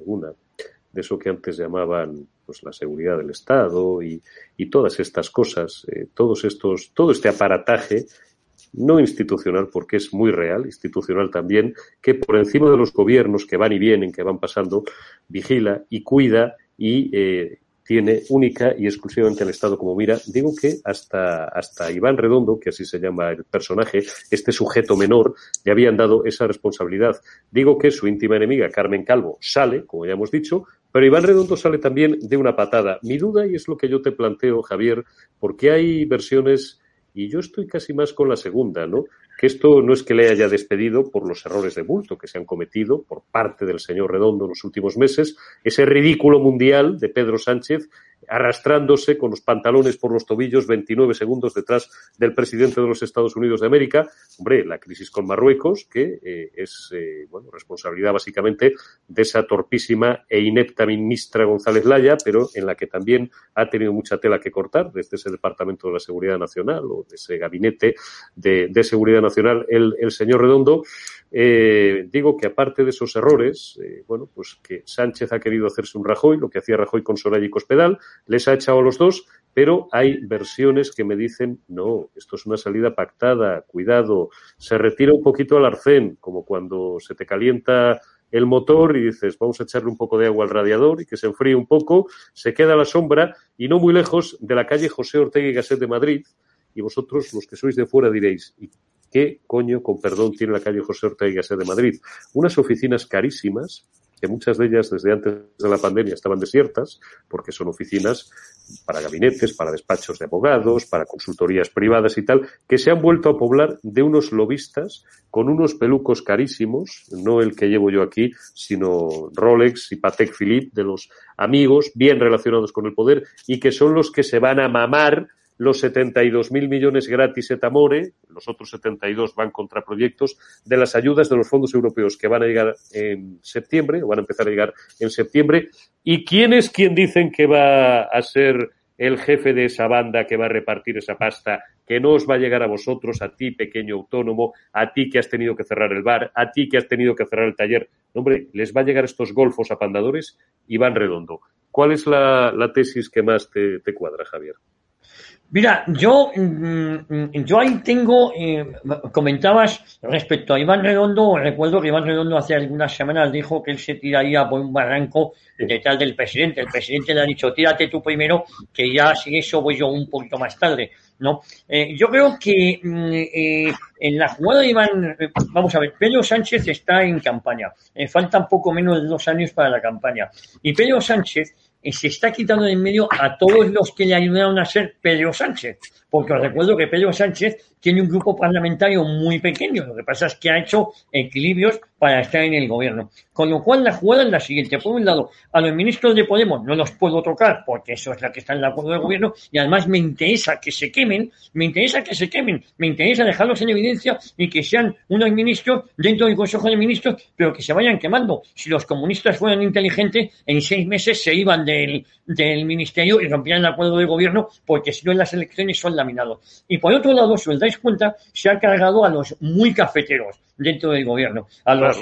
de eso que antes llamaban pues la seguridad del Estado y todas estas cosas, todo este aparataje no institucional, porque es muy real, institucional también, que por encima de los gobiernos que van y vienen, que van pasando, vigila y cuida y tiene única y exclusivamente al Estado como mira. Digo que hasta Iván Redondo, que así se llama el personaje, este sujeto menor, le habían dado esa responsabilidad. Digo que su íntima enemiga, Carmen Calvo, sale, como ya hemos dicho, pero Iván Redondo sale también de una patada. Mi duda, y es lo que yo te planteo, Javier, porque hay versiones, y yo estoy casi más con la segunda, ¿no? Que esto no es que le haya despedido por los errores de bulto que se han cometido por parte del señor Redondo en los últimos meses, ese ridículo mundial de Pedro Sánchez arrastrándose con los pantalones por los tobillos 29 segundos detrás del presidente de los Estados Unidos de América. Hombre, la crisis con Marruecos, que es responsabilidad básicamente de esa torpísima e inepta ministra González Laya, pero en la que también ha tenido mucha tela que cortar desde ese Departamento de la Seguridad Nacional o de ese Gabinete de Seguridad Nacional, el señor Redondo. Digo que aparte de esos errores, pues que Sánchez ha querido hacerse un Rajoy, lo que hacía Rajoy con Soraya y Cospedal, les ha echado a los dos, pero hay versiones que me dicen, no, esto es una salida pactada, cuidado, se retira un poquito al arcén, como cuando se te calienta el motor y dices, vamos a echarle un poco de agua al radiador y que se enfríe un poco, se queda a la sombra y no muy lejos de la calle José Ortega y Gasset de Madrid, y vosotros, los que sois de fuera, diréis, ¿qué coño, con perdón, tiene la calle José Ortega y Gasset de Madrid? Unas oficinas carísimas, que muchas de ellas desde antes de la pandemia estaban desiertas, porque son oficinas para gabinetes, para despachos de abogados, para consultorías privadas y tal, que se han vuelto a poblar de unos lobistas con unos pelucos carísimos, no el que llevo yo aquí, sino Rolex y Patek Philippe, de los amigos bien relacionados con el poder, y que son los que se van a mamar los 72.000 millones gratis et amore, los otros 72 van contra proyectos de las ayudas de los fondos europeos que van a llegar en septiembre, o van a empezar a llegar en septiembre. ¿Y quién es quien dicen que va a ser el jefe de esa banda que va a repartir esa pasta, que no os va a llegar a vosotros, a ti, pequeño autónomo, a ti que has tenido que cerrar el bar, a ti que has tenido que cerrar el taller? Hombre, les va a llegar estos golfos apandadores y van Redondo. ¿Cuál es la tesis que más te cuadra, Javier? Mira, yo ahí tengo, comentabas respecto a Iván Redondo, recuerdo que Iván Redondo hace algunas semanas dijo que él se tiraría por un barranco detrás del presidente. El presidente le ha dicho, tírate tú primero, que ya si eso voy yo un poquito más tarde, ¿no? Yo creo que en la jugada de Iván, vamos a ver, Pedro Sánchez está en campaña, faltan poco menos de 2 años para la campaña, y Pedro Sánchez se está quitando de en medio a todos los que le ayudaron a ser Pedro Sánchez, porque os recuerdo que Pedro Sánchez tiene un grupo parlamentario muy pequeño, lo que pasa es que ha hecho equilibrios para estar en el gobierno. Con lo cual la jugada es la siguiente: por un lado, a los ministros de Podemos no los puedo tocar porque eso es la que está en el acuerdo de gobierno, y además me interesa que se quemen, me interesa dejarlos en evidencia y que sean unos ministros dentro del Consejo de Ministros, pero que se vayan quemando. Si los comunistas fueran inteligentes, en 6 meses se iban del ministerio y rompían el acuerdo de gobierno, porque si no en las elecciones son laminados. Y por otro lado, si os dais cuenta, se ha cargado a los muy cafeteros dentro del gobierno. A los,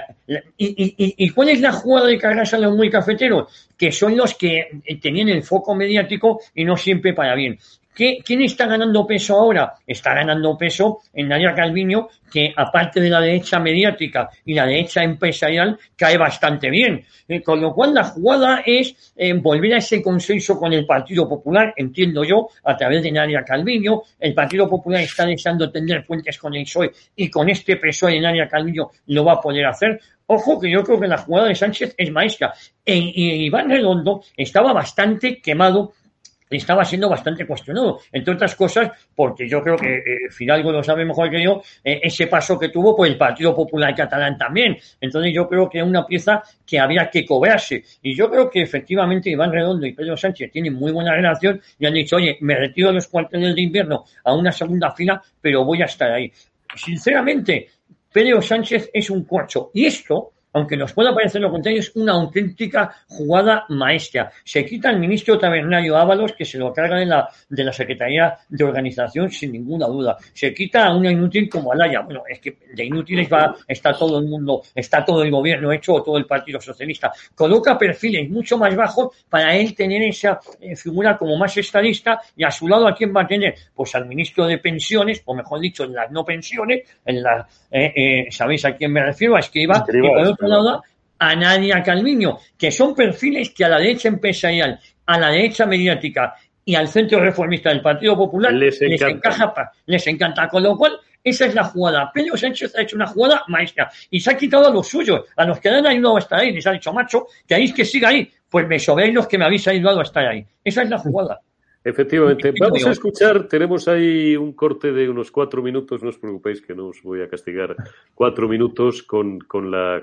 ¿Y cuál es la jugada de cargarse a los muy cafeteros? Que son los que tenían el foco mediático y no siempre para bien. ¿Quién está ganando peso ahora? Está ganando peso en Nadia Calviño, que aparte de la derecha mediática y la derecha empresarial, cae bastante bien. Con lo cual la jugada es volver a ese consenso con el Partido Popular, entiendo yo, a través de Nadia Calviño. El Partido Popular está deseando tender puentes con el PSOE y con este PSOE de Nadia Calviño lo va a poder hacer. Ojo, que yo creo que la jugada de Sánchez es maestra. Iván Redondo estaba bastante quemado, estaba siendo bastante cuestionado, entre otras cosas, porque yo creo que Fidalgo lo sabe mejor que yo, ese paso que tuvo por el Partido Popular Catalán también. Entonces yo creo que es una pieza que había que cobrarse. Y yo creo que efectivamente Iván Redondo y Pedro Sánchez tienen muy buena relación y han dicho, oye, me retiro de los cuarteles de invierno a una segunda fila, pero voy a estar ahí. Sinceramente, Pedro Sánchez es un corcho. Y esto, aunque nos pueda parecer lo contrario, es una auténtica jugada maestra. Se quita al ministro Tabernario Ábalos, que se lo carga de la Secretaría de Organización sin ninguna duda. Se quita a una inútil como Alaya. Bueno, es que de inútiles está todo el mundo, está todo el gobierno hecho, o todo el Partido Socialista. Coloca perfiles mucho más bajos para él tener esa figura como más estadista, y a su lado, ¿a quién va a tener? Pues al ministro de Pensiones, o mejor dicho, en las no pensiones, ¿sabéis a quién me refiero? A Escrivá, y por otro lado, a Nadia Calviño, que son perfiles que a la derecha empresarial, a la derecha mediática y al centro reformista del Partido Popular les encanta. Con lo cual, esa es la jugada. Pedro Sánchez ha hecho una jugada maestra y se ha quitado a los suyos, a los que le han ayudado a estar ahí. Les ha dicho, macho, queréis que siga ahí, pues me sobréis los que me habéis ayudado a estar ahí. Esa es la jugada. Efectivamente. Vamos a escuchar, tenemos ahí un corte de unos 4 minutos, no os preocupéis que no os voy a castigar, 4 minutos con la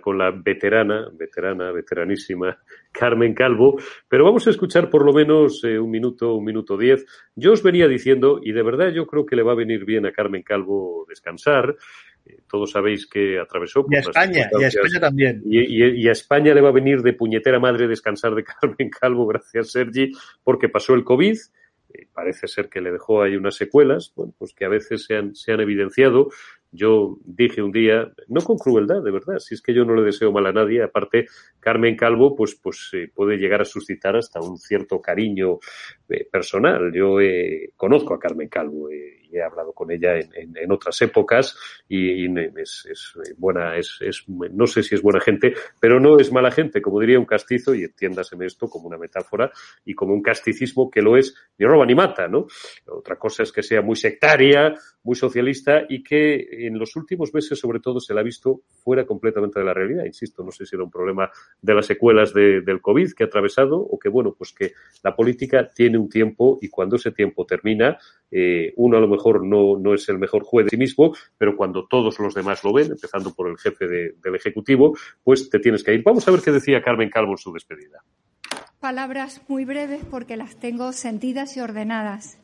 veteranísima Carmen Calvo, pero vamos a escuchar por lo menos un minuto 10. Yo os venía diciendo, y de verdad yo creo que le va a venir bien a Carmen Calvo descansar. Todos sabéis que atravesó. Y a España también. Y a España le va a venir de puñetera madre descansar de Carmen Calvo, gracias Sergi, porque pasó el COVID. Parece ser que le dejó ahí unas secuelas, bueno, pues que a veces se han evidenciado. Yo dije un día, no con crueldad, de verdad, si es que yo no le deseo mal a nadie, aparte Carmen Calvo pues puede llegar a suscitar hasta un cierto cariño personal. Yo conozco a Carmen Calvo y he hablado con ella en otras épocas y es buena, no sé si es buena gente, pero no es mala gente, como diría un castizo, y entiéndaseme esto como una metáfora y como un casticismo que lo es, ni roba ni mata, ¿no? Otra cosa es que sea muy sectaria, muy socialista y que en los últimos meses, sobre todo, se la ha visto fuera completamente de la realidad. Insisto, no sé si era un problema de las secuelas del COVID que ha atravesado o que, bueno, pues que la política tiene un tiempo y cuando ese tiempo termina, uno a lo mejor no es el mejor juez de sí mismo, pero cuando todos los demás lo ven, empezando por el jefe del Ejecutivo, pues te tienes que ir. Vamos a ver qué decía Carmen Calvo en su despedida. Palabras muy breves porque las tengo sentidas y ordenadas.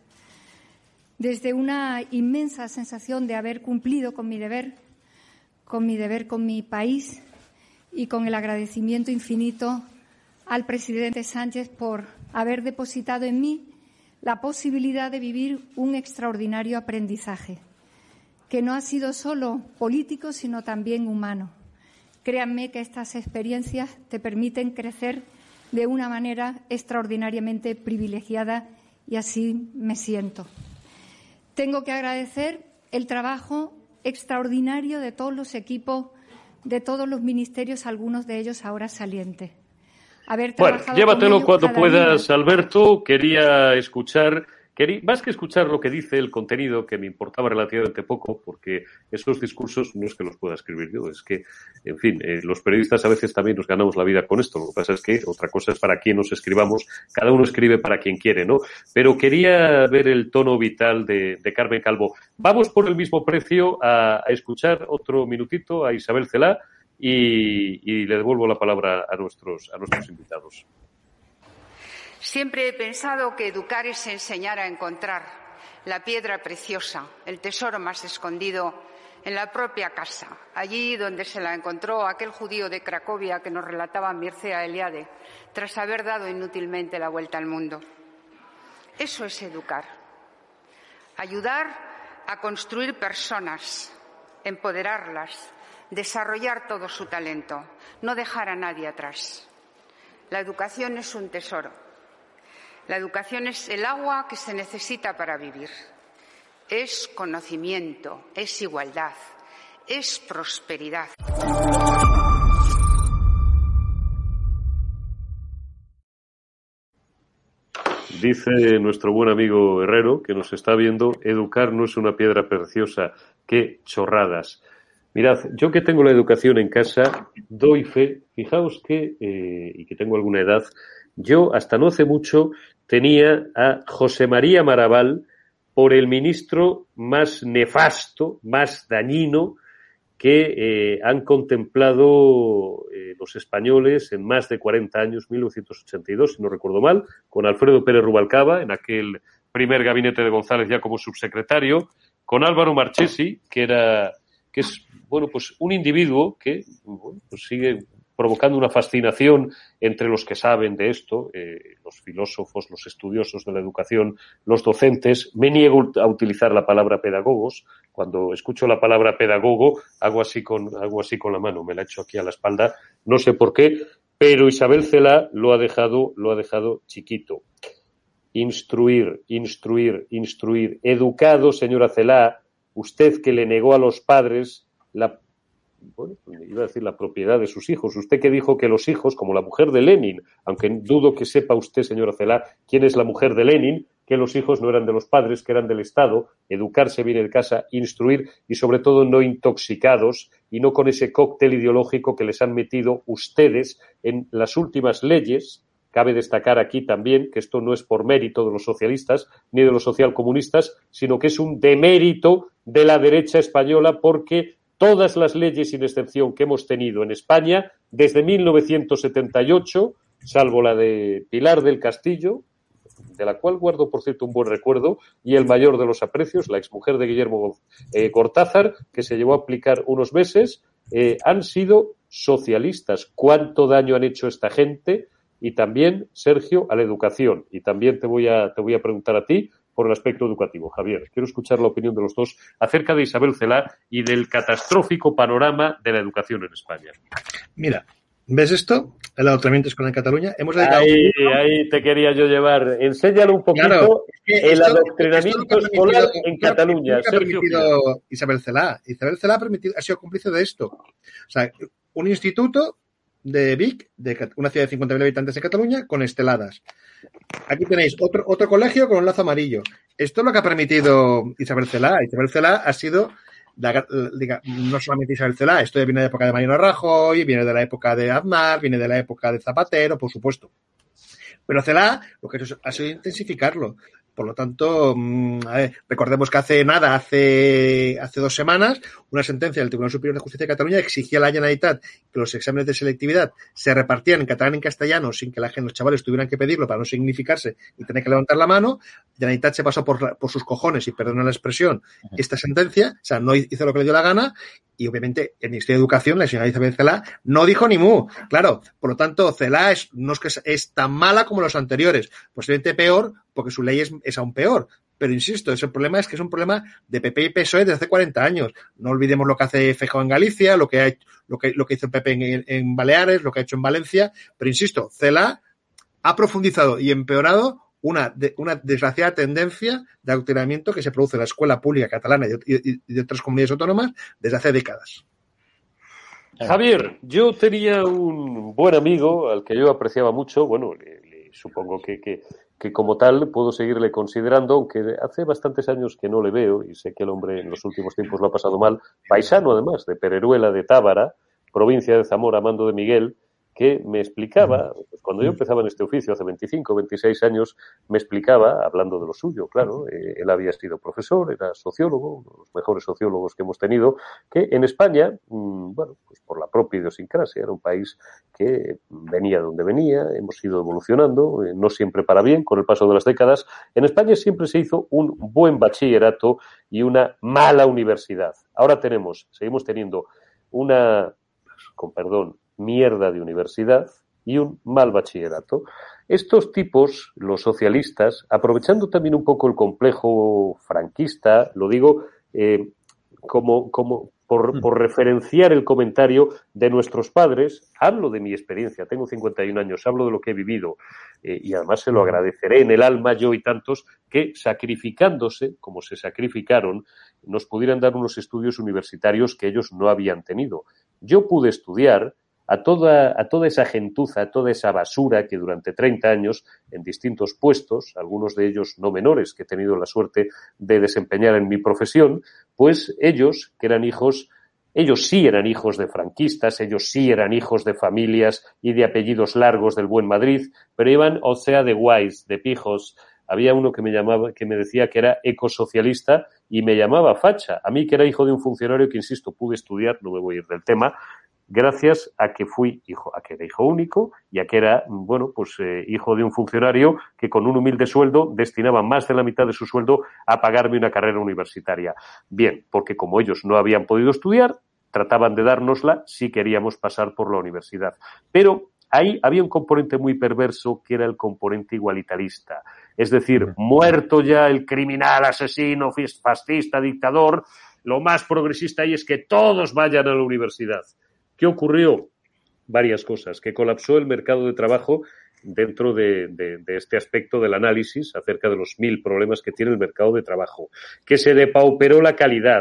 Desde una inmensa sensación de haber cumplido con mi deber con mi país y con el agradecimiento infinito al presidente Sánchez por haber depositado en mí la posibilidad de vivir un extraordinario aprendizaje, que no ha sido solo político, sino también humano. Créanme que estas experiencias te permiten crecer de una manera extraordinariamente privilegiada y así me siento. Tengo que agradecer el trabajo extraordinario de todos los equipos, de todos los ministerios, algunos de ellos ahora salientes. Bueno, llévatelo cuando puedas, Alberto. Quería escuchar, más que escuchar lo que dice, el contenido, que me importaba relativamente poco, porque esos discursos no es que los pueda escribir yo, es que, en fin, los periodistas a veces también nos ganamos la vida con esto. Lo que pasa es que otra cosa es para quién nos escribamos, cada uno escribe para quien quiere, ¿no? Pero quería ver el tono vital de Carmen Calvo. Vamos por el mismo precio a escuchar otro minutito a Isabel Celaá y le devuelvo la palabra a nuestros invitados. Siempre he pensado que educar es enseñar a encontrar la piedra preciosa, el tesoro más escondido en la propia casa, allí donde se la encontró aquel judío de Cracovia que nos relataba Mircea Eliade, tras haber dado inútilmente la vuelta al mundo. Eso es educar. Ayudar a construir personas, empoderarlas, desarrollar todo su talento, no dejar a nadie atrás. La educación es un tesoro. La educación es el agua que se necesita para vivir. Es conocimiento, es igualdad, es prosperidad. Dice nuestro buen amigo Herrero, que nos está viendo, educar no es una piedra preciosa, qué chorradas. Mirad, yo que tengo la educación en casa, doy fe, fijaos que, y que tengo alguna edad, yo hasta no hace mucho tenía a José María Maraval por el ministro más nefasto, más dañino que han contemplado los españoles en más de 40 años, 1982, si no recuerdo mal, con Alfredo Pérez Rubalcaba, en aquel primer gabinete de González ya como subsecretario, con Álvaro Marchesi, que es, bueno, pues un individuo que, bueno, pues sigue provocando una fascinación entre los que saben de esto, los filósofos, los estudiosos de la educación, los docentes. Me niego a utilizar la palabra pedagogos. Cuando escucho la palabra pedagogo, hago así con la mano, me la echo aquí a la espalda, no sé por qué, pero Isabel Celaá lo ha dejado chiquito. Instruir. Educado, señora Celaá, usted que le negó a los padres bueno, iba a decir la propiedad de sus hijos. Usted que dijo que los hijos, como la mujer de Lenin, aunque dudo que sepa usted, señora Celaá, quién es la mujer de Lenin, que los hijos no eran de los padres, que eran del Estado, educarse bien en casa, instruir y sobre todo no intoxicados y no con ese cóctel ideológico que les han metido ustedes en las últimas leyes. Cabe destacar aquí también que esto no es por mérito de los socialistas ni de los socialcomunistas, sino que es un demérito de la derecha española, porque todas las leyes sin excepción que hemos tenido en España desde 1978, salvo la de Pilar del Castillo, de la cual guardo, por cierto, un buen recuerdo, y el mayor de los aprecios, la exmujer de Guillermo Cortázar, que se llevó a aplicar unos meses, han sido socialistas. ¿Cuánto daño han hecho esta gente? Y también, Sergio, a la educación. Y también te voy a preguntar a ti por el aspecto educativo. Javier, quiero escuchar la opinión de los dos acerca de Isabel Celaá y del catastrófico panorama de la educación en España. Mira, ¿ves esto? El adoctrinamiento escolar en Cataluña. Hemos dedicado ahí te quería yo llevar. Enséñalo un poquito, claro, el adoctrinamiento escolar en Cataluña. Ha permitido Isabel Celaá. Isabel Celaá ha sido cómplice de esto. O sea, un instituto de Vic, de una ciudad de 50.000 habitantes de Cataluña, con esteladas. Aquí tenéis otro colegio con un lazo amarillo. Esto es lo que ha permitido Isabel Celaá. Isabel Celaá ha sido, no solamente Isabel Celaá, esto ya viene de la época de Mariano Rajoy, viene de la época de Aznar, viene de la época de Zapatero, por supuesto. Pero Celaá lo que ha sido intensificarlo. Por lo tanto, recordemos que hace 2 semanas, una sentencia del Tribunal Superior de Justicia de Cataluña exigía a la Generalitat que los exámenes de selectividad se repartían en catalán y en castellano sin que los chavales tuvieran que pedirlo para no significarse y tener que levantar la mano. La Generalitat se pasó por sus cojones, y perdona la expresión, esta sentencia, o sea, no hizo lo que le dio la gana, y obviamente el Ministerio de Educación, la señora Isabel Celaá, no dijo ni mu. Claro, por lo tanto, Celaá no es que es tan mala como los anteriores, posiblemente peor, porque su ley es aún peor. Pero insisto, ese problema es que es un problema de PP y PSOE desde hace 40 años. No olvidemos lo que hace Feijóo en Galicia, lo que hizo el PP en Baleares, lo que ha hecho en Valencia. Pero insisto, Celaá ha profundizado y empeorado una desgraciada tendencia de adoctrinamiento que se produce en la escuela pública catalana y de otras comunidades autónomas desde hace décadas. Javier, yo tenía un buen amigo al que yo apreciaba mucho, bueno, supongo que como tal puedo seguirle considerando, aunque hace bastantes años que no le veo, y sé que el hombre en los últimos tiempos lo ha pasado mal, paisano además, de Pereruela de Tábara, provincia de Zamora, Mando de Miguel, que me explicaba, pues cuando yo empezaba en este oficio hace 25, 26 años, me explicaba, hablando de lo suyo, claro, él había sido profesor, era sociólogo, uno de los mejores sociólogos que hemos tenido, que en España, bueno, pues por la propia idiosincrasia, era un país que venía de donde venía, hemos ido evolucionando, no siempre para bien, con el paso de las décadas. En España siempre se hizo un buen bachillerato y una mala universidad. Ahora seguimos teniendo una, con perdón, mierda de universidad y un mal bachillerato. Estos tipos, los socialistas, aprovechando también un poco el complejo franquista, lo digo por referenciar el comentario de nuestros padres, hablo de mi experiencia, tengo 51 años, hablo de lo que he vivido, y además se lo agradeceré en el alma yo y tantos que, sacrificándose, como se sacrificaron, nos pudieran dar unos estudios universitarios que ellos no habían tenido. Yo pude estudiar a toda esa gentuza, a toda esa basura que durante 30 años en distintos puestos, algunos de ellos no menores que he tenido la suerte de desempeñar en mi profesión, pues ellos sí eran hijos de franquistas, ellos sí eran hijos de familias y de apellidos largos del buen Madrid, pero iban, o sea, de guays, de pijos. Había uno que me decía que era ecosocialista y me llamaba facha. A mí, que era hijo de un funcionario que, insisto, pude estudiar, no me voy a ir del tema, gracias a que era hijo único y a que era, bueno, pues hijo de un funcionario que con un humilde sueldo destinaba más de la mitad de su sueldo a pagarme una carrera universitaria. Bien, porque como ellos no habían podido estudiar, trataban de dárnosla si queríamos pasar por la universidad. Pero ahí había un componente muy perverso que era el componente igualitarista. Es decir, muerto ya el criminal, asesino, fascista, dictador, lo más progresista ahí es que todos vayan a la universidad. ¿Qué ocurrió? Varias cosas. Que colapsó el mercado de trabajo dentro de este aspecto del análisis acerca de los 1000 problemas que tiene el mercado de trabajo. Que se depauperó la calidad.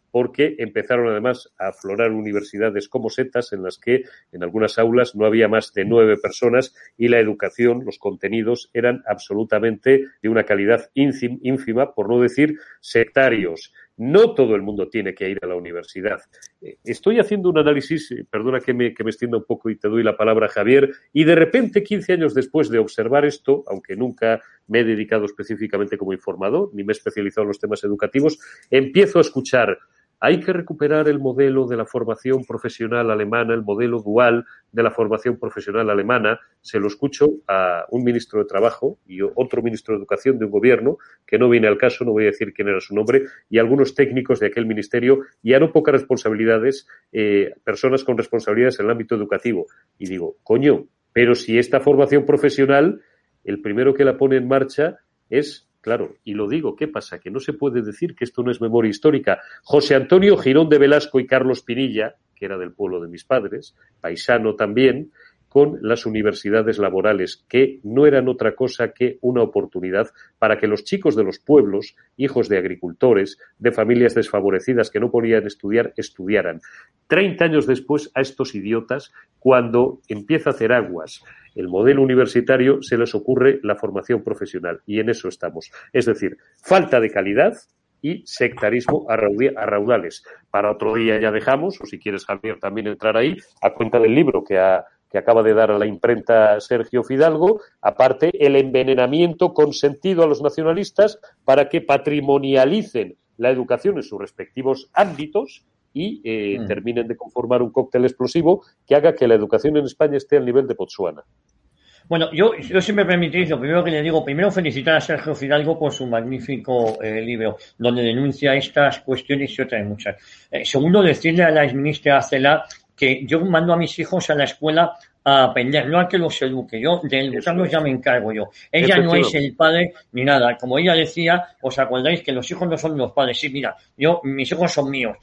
porque empezaron además a aflorar universidades como setas en las que en algunas aulas no había más de 9 personas y la educación, los contenidos eran absolutamente de una calidad ínfima, por no decir sectarios. No todo el mundo tiene que ir a la universidad. Estoy haciendo un análisis, perdona que me extienda un poco y te doy la palabra, Javier, y de repente 15 años después de observar esto, aunque nunca me he dedicado específicamente como informador, ni me he especializado en los temas educativos, empiezo a escuchar: hay que recuperar el modelo de la formación profesional alemana, el modelo dual de la formación profesional alemana. Se lo escucho a un ministro de Trabajo y otro ministro de Educación de un gobierno, que no viene al caso, no voy a decir quién era su nombre, y algunos técnicos de aquel ministerio, y a no pocas responsabilidades, personas con responsabilidades en el ámbito educativo. Y digo, coño, pero si esta formación profesional, el primero que la pone en marcha es... Claro, y lo digo, ¿qué pasa? Que no se puede decir que esto no es memoria histórica. José Antonio Girón de Velasco y Carlos Pinilla, que era del pueblo de mis padres, paisano también, con las universidades laborales, que no eran otra cosa que una oportunidad para que los chicos de los pueblos, hijos de agricultores, de familias desfavorecidas que no podían estudiar, estudiaran. 30 años después, a estos idiotas, cuando empieza a hacer aguas el modelo universitario, se les ocurre la formación profesional, y en eso estamos. Es decir, falta de calidad y sectarismo a raudales. Para otro día ya dejamos, o si quieres, Javier, también entrar ahí, a cuenta del libro que acaba de dar a la imprenta Sergio Fidalgo, aparte el envenenamiento consentido a los nacionalistas para que patrimonialicen la educación en sus respectivos ámbitos y terminen de conformar un cóctel explosivo que haga que la educación en España esté al nivel de Botsuana. Bueno, yo si me permitís, lo primero que le digo, primero felicitar a Sergio Fidalgo por su magnífico libro, donde denuncia estas cuestiones y otras muchas. Segundo, decirle a la exministra Celaá que yo mando a mis hijos a la escuela a aprender, no a que los eduque. Yo de educarlos ya me encargo yo. Ella no es el padre ni nada. Como ella decía, os acordáis que los hijos no son los padres. Sí, mira, mis hijos son míos,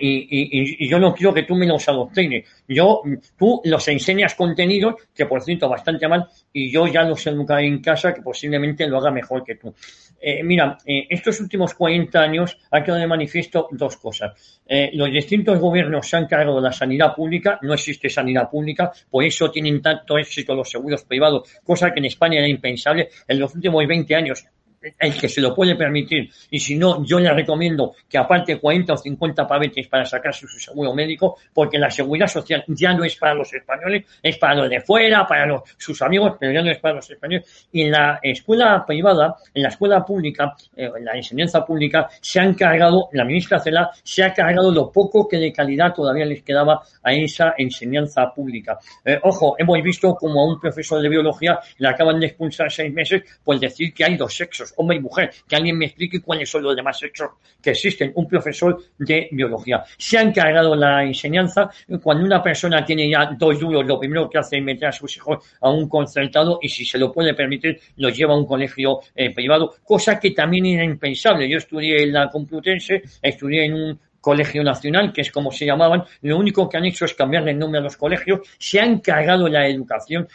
y yo no quiero que tú me los adoctrines. Tú los enseñas contenidos, que por cierto bastante mal, y yo ya los educaré en casa, que posiblemente lo haga mejor que tú. Mira, estos últimos 40 años ha quedado de manifiesto dos cosas. Los distintos gobiernos se han cargado de la sanidad pública, no existe sanidad pública, por eso tienen tanto éxito los seguros privados, cosa que en España era impensable. En los últimos 20 años, el que se lo puede permitir, y si no, yo le recomiendo que aparte 40 o 50 pavetes para sacarse su seguro médico, porque la seguridad social ya no es para los españoles, es para los de fuera, para sus amigos, pero ya no es para los españoles. Y en la escuela privada, en la escuela pública, en la enseñanza pública, se han cargado, la ministra Celaá se ha cargado lo poco que de calidad todavía les quedaba a esa enseñanza pública. Ojo, hemos visto como a un profesor de biología le acaban de expulsar 6 meses por decir que hay 2 sexos, hombre y mujer. Que alguien me explique cuáles son los demás sexos que existen. Un profesor de biología. Se han cargado la enseñanza. Cuando una persona tiene ya 2 duros, lo primero que hace es meter a sus hijos a un concertado y, si se lo puede permitir, los lleva a un colegio privado, cosa que también era impensable. Yo estudié en la Complutense, estudié en un Colegio Nacional, que es como se llamaban. Lo único que han hecho es cambiarle el nombre a los colegios. Se han cargado la educación,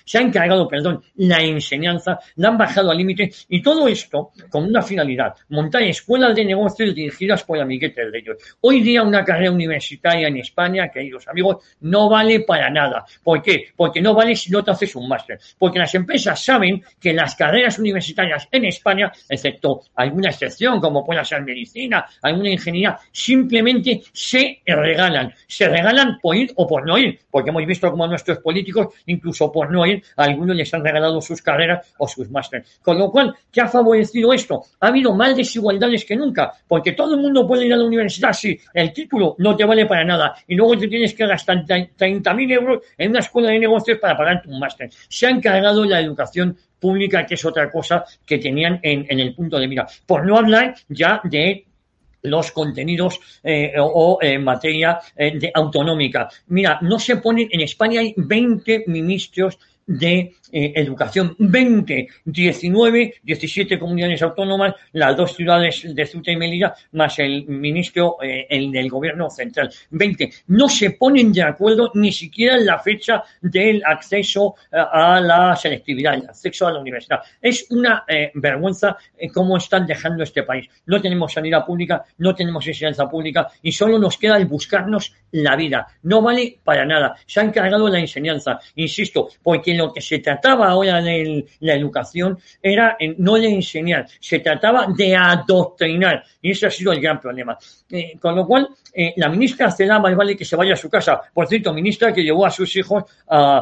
la enseñanza, la han bajado al límite, y todo esto con una finalidad: montar escuelas de negocios dirigidas por amiguetes de ellos. Hoy día una carrera universitaria en España, queridos amigos, no vale para nada. ¿Por qué? Porque no vale si no te haces un máster. Porque las empresas saben que las carreras universitarias en España, excepto alguna excepción como pueda ser medicina, alguna ingeniería, simplemente se regalan por ir o por no ir, porque hemos visto como nuestros políticos, incluso por no ir, a algunos les han regalado sus carreras o sus másteres. Con lo cual, ¿qué ha favorecido esto? Ha habido más desigualdades que nunca, porque todo el mundo puede ir a la universidad, sí, el título no te vale para nada, y luego te tienes que gastar 30.000 euros en una escuela de negocios para pagarte un máster. Se han cargado la educación pública, que es otra cosa que tenían en el punto de mira. Por no hablar ya de los contenidos o materia autonómica. Mira, no se ponen, en España hay 20 ministros de educación. 20, 19, 17 comunidades autónomas, las 2 ciudades de Ceuta y Melilla, más el ministro el del gobierno central. 20. No se ponen de acuerdo ni siquiera en la fecha del acceso a la selectividad, el acceso a la universidad. Es una vergüenza cómo están dejando este país. No tenemos sanidad pública, no tenemos enseñanza pública y solo nos queda el buscarnos la vida. No vale para nada. Se han cargado la enseñanza, insisto, porque lo que se trataba ahora de la educación era no de enseñar, se trataba de adoctrinar y ese ha sido el gran problema. Con lo cual, la ministra Celaá más vale que se vaya a su casa. Por cierto, ministra que llevó a sus hijos a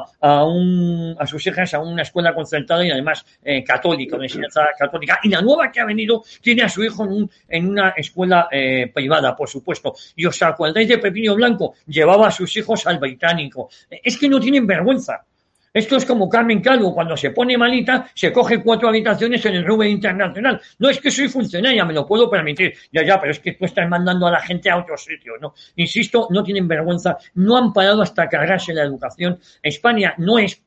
sus hijas a una escuela concertada y además católica, de enseñanza católica. Y la nueva que ha venido tiene a su hijo en una escuela privada, por supuesto. Y os acordáis de Pepino Blanco, llevaba a sus hijos al británico. Es que no tienen vergüenza. Esto es como Carmen Calvo, cuando se pone malita, se coge 4 habitaciones en el Rubén Internacional. No es que soy funcionaria, me lo puedo permitir. Ya, pero es que tú estás mandando a la gente a otro sitio, ¿no? Insisto, no tienen vergüenza, no han parado hasta cargarse la educación. España no es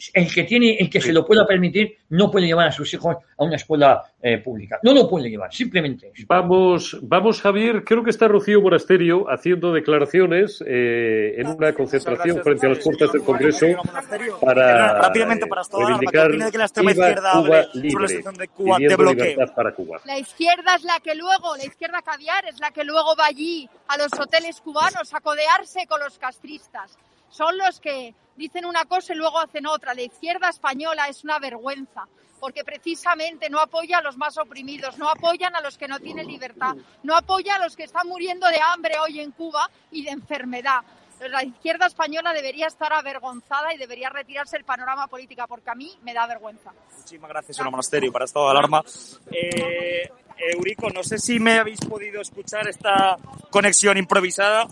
el que se lo pueda permitir, no puede llevar a sus hijos a una escuela pública. No lo puede llevar, simplemente eso. Vamos, Javier, creo que está Rocío Monasterio haciendo declaraciones en una concentración frente a las puertas del Congreso para rápidamente para reivindicar ¿qué opina de que la extrema izquierda hable sobre la situación de Cuba de bloqueo? Para Cuba. La izquierda es la izquierda caviar es la que luego va allí a los hoteles cubanos a codearse con los castristas. Son los que dicen una cosa y luego hacen otra. La izquierda española es una vergüenza, porque precisamente no apoya a los más oprimidos, no apoyan a los que no tienen libertad, no apoya a los que están muriendo de hambre hoy en Cuba y de enfermedad. La izquierda española debería estar avergonzada y debería retirarse del panorama político, porque a mí me da vergüenza. Muchísimas gracias, señor Monasterio, para estado de alarma. Eurico, no sé si me habéis podido escuchar esta conexión improvisada.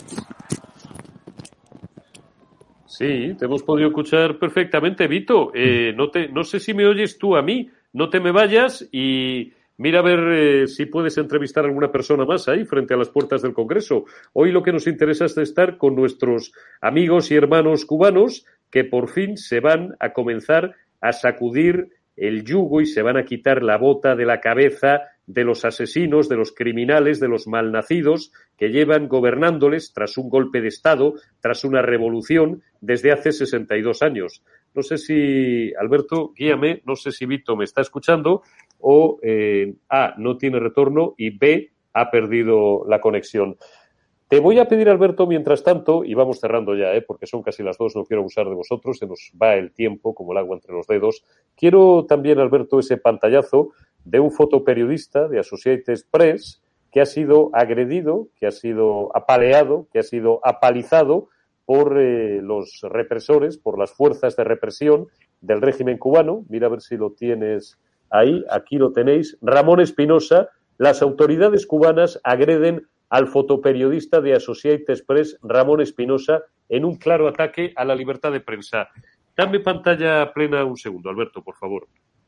Sí, te hemos podido escuchar perfectamente, Vito. No sé si me oyes tú a mí. No te me vayas y mira a ver si puedes entrevistar a alguna persona más ahí frente a las puertas del Congreso. Hoy lo que nos interesa es estar con nuestros amigos y hermanos cubanos que por fin se van a comenzar a sacudir el yugo y se van a quitar la bota de la cabeza de los asesinos, de los criminales, de los malnacidos que llevan gobernándoles tras un golpe de Estado, tras una revolución desde hace 62 años. No sé si, Alberto, guíame, no sé si Vito me está escuchando o A, no tiene retorno y B, ha perdido la conexión. Te voy a pedir, Alberto, mientras tanto, y vamos cerrando ya, porque son casi las 2, no quiero abusar de vosotros, se nos va el tiempo como el agua entre los dedos. Quiero también, Alberto, ese pantallazo de un fotoperiodista de Associated Press que ha sido agredido, que ha sido apaleado, que ha sido apalizado por los represores, por las fuerzas de represión del régimen cubano. Mira a ver si lo tienes ahí, aquí lo tenéis. Ramón Espinosa, las autoridades cubanas agreden al fotoperiodista de Associated Press, Ramón Espinosa, en un claro ataque a la libertad de prensa. Dame pantalla plena un segundo, Alberto, por favor.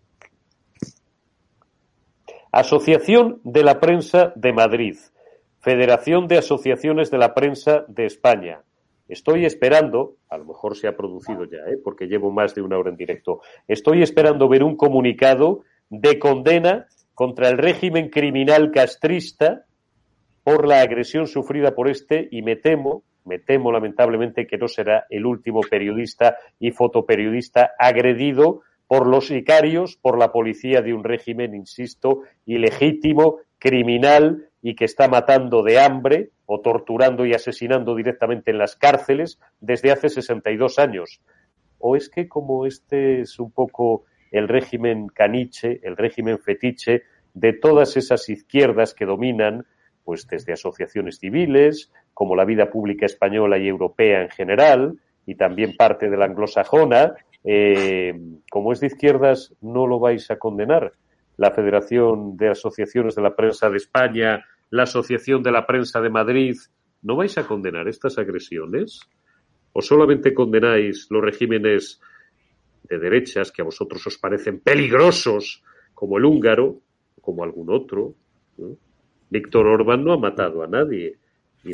Asociación de la Prensa de Madrid, Federación de Asociaciones de la Prensa de España. Estoy esperando, a lo mejor se ha producido ya, porque llevo más de una hora en directo, estoy esperando ver un comunicado de condena contra el régimen criminal castrista por la agresión sufrida por este y me temo lamentablemente que no será el último periodista y fotoperiodista agredido por los sicarios, por la policía de un régimen, insisto, ilegítimo, criminal y que está matando de hambre o torturando y asesinando directamente en las cárceles desde hace 62 años. ¿O es que como este es un poco el régimen caniche, el régimen fetiche de todas esas izquierdas que dominan, pues desde asociaciones civiles, como la vida pública española y europea en general, y también parte de la anglosajona, como es de izquierdas, no lo vais a condenar? La Federación de Asociaciones de la Prensa de España, la Asociación de la Prensa de Madrid, ¿no vais a condenar estas agresiones? ¿O solamente condenáis los regímenes de derechas que a vosotros os parecen peligrosos, como el húngaro, como algún otro, ¿no? Víctor Orbán no ha matado a nadie y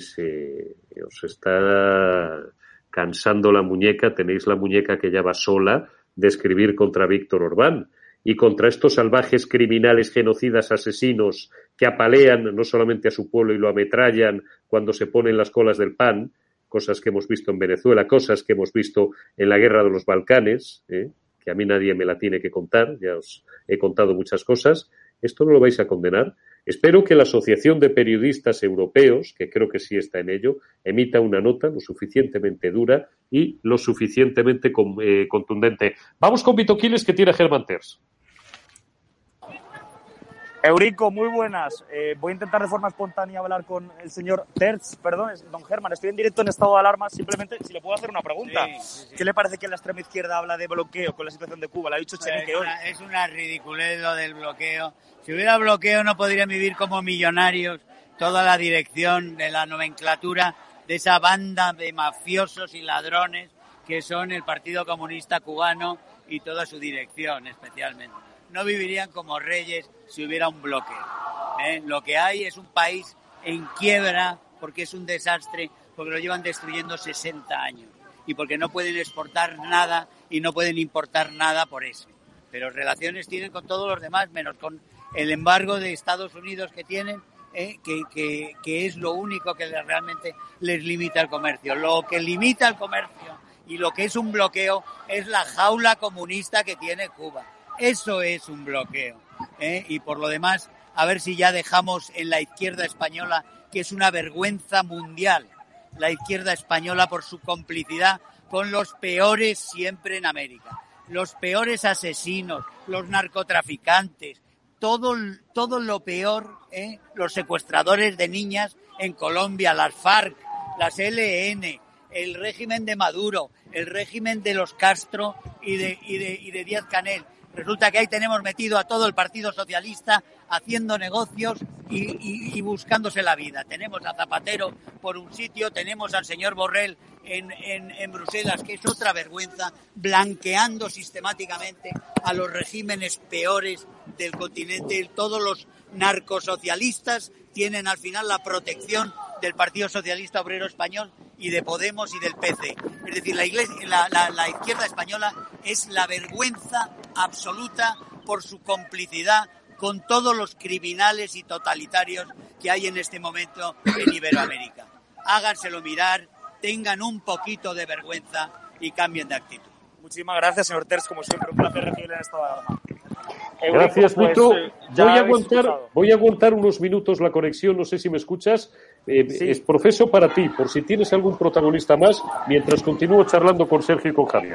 os está cansando la muñeca, tenéis la muñeca que ya va sola de escribir contra Víctor Orbán y contra estos salvajes criminales, genocidas, asesinos que apalean no solamente a su pueblo y lo ametrallan cuando se ponen las colas del pan, cosas que hemos visto en Venezuela, cosas que hemos visto en la guerra de los Balcanes, que a mí nadie me la tiene que contar, ya os he contado muchas cosas. ¿Esto no lo vais a condenar? Espero que la Asociación de Periodistas Europeos, que creo que sí está en ello, emita una nota lo suficientemente dura y lo suficientemente contundente. Vamos con Vito Quiles, que tiene a Germán Terç. Eurico, muy buenas. Voy a intentar de forma espontánea hablar con el señor Terç. Perdón, don Germán, estoy en directo en estado de alarma. Simplemente, si le puedo hacer una pregunta. Sí. ¿Qué le parece que la extrema izquierda habla de bloqueo con la situación de Cuba? Lo ha dicho Chenique hoy. Es una ridiculez lo del bloqueo. Si hubiera bloqueo no podrían vivir como millonarios toda la dirección de la nomenclatura de esa banda de mafiosos y ladrones que son el Partido Comunista Cubano y toda su dirección especialmente. No vivirían como reyes si hubiera un bloqueo. Lo que hay es un país en quiebra porque es un desastre, porque lo llevan destruyendo 60 años y porque no pueden exportar nada y no pueden importar nada por eso. Pero relaciones tienen con todos los demás, menos con el embargo de Estados Unidos que tienen, que es lo único que realmente les limita el comercio. Lo que limita el comercio y lo que es un bloqueo es la jaula comunista que tiene Cuba. Eso es un bloqueo. Y por lo demás, a ver si ya dejamos en la izquierda española, que es una vergüenza mundial, la izquierda española por su complicidad con los peores siempre en América. Los peores asesinos, los narcotraficantes, todo lo peor, los secuestradores de niñas en Colombia, las FARC, las LN, el régimen de Maduro, el régimen de los Castro y de Díaz-Canel. Resulta que ahí tenemos metido a todo el Partido Socialista haciendo negocios y buscándose la vida. Tenemos a Zapatero por un sitio, tenemos al señor Borrell en Bruselas, que es otra vergüenza, blanqueando sistemáticamente a los regímenes peores del continente. Todos los narcosocialistas tienen al final la protección del Partido Socialista Obrero Español y de Podemos y del PC. Es decir, la izquierda española es la vergüenza absoluta por su complicidad con todos los criminales y totalitarios que hay en este momento en Iberoamérica. Háganselo mirar, tengan un poquito de vergüenza y cambien de actitud. Muchísimas gracias, señor Terç, como siempre, un placer recibirle en estado de alarma. Gracias, Vito. Voy a aguantar unos minutos la conexión, no sé si me escuchas. Sí. Es profeso para ti, por si tienes algún protagonista más, mientras continúo charlando con Sergio y con Javier.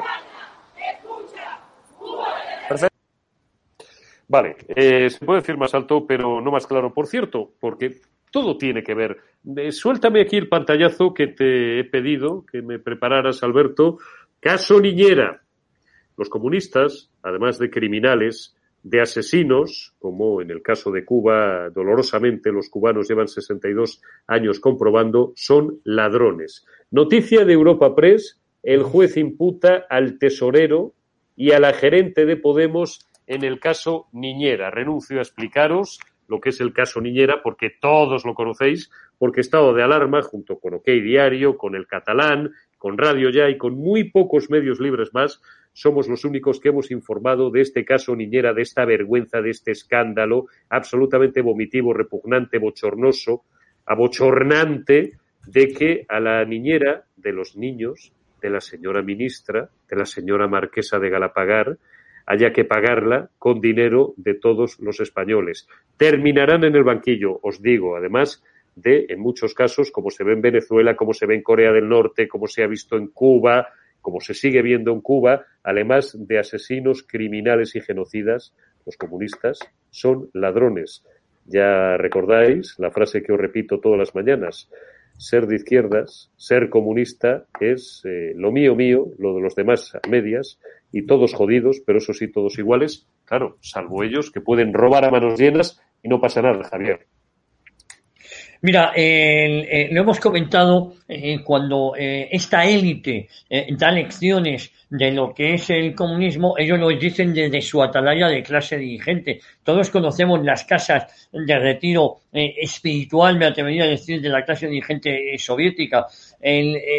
Perfecto. Vale, se puede decir más alto, pero no más claro. Por cierto, porque todo tiene que ver. Suéltame aquí el pantallazo que te he pedido que me prepararas, Alberto. Caso Niñera. Los comunistas, además de criminales, de asesinos, como en el caso de Cuba, dolorosamente los cubanos llevan 62 años comprobando, son ladrones. Noticia de Europa Press, el juez imputa al tesorero y a la gerente de Podemos en el caso Niñera. Renuncio a explicaros lo que es el caso Niñera, porque todos lo conocéis, porque estado de alarma, junto con OK Diario, con El Catalán, con Radio Ya y con muy pocos medios libres más, somos los únicos que hemos informado de este caso Niñera, de esta vergüenza, de este escándalo absolutamente vomitivo, repugnante, bochornoso, abochornante, de que a la niñera de los niños, de la señora ministra, de la señora marquesa de Galapagar, haya que pagarla con dinero de todos los españoles. Terminarán en el banquillo, os digo, además de, en muchos casos, como se ve en Venezuela, como se ve en Corea del Norte, como se ha visto en Cuba, como se sigue viendo en Cuba, además de asesinos, criminales y genocidas, los comunistas son ladrones. Ya recordáis la frase que os repito todas las mañanas: ser de izquierdas, ser comunista es lo mío, lo de los demás a medias, y todos jodidos, pero eso sí, todos iguales, claro, salvo ellos que pueden robar a manos llenas y no pasa nada, Javier. Mira, lo hemos comentado cuando esta élite da lecciones de lo que es el comunismo, ellos lo dicen desde su atalaya de clase dirigente. Todos conocemos las casas de retiro espiritual, me atrevería a decir, de la clase dirigente soviética.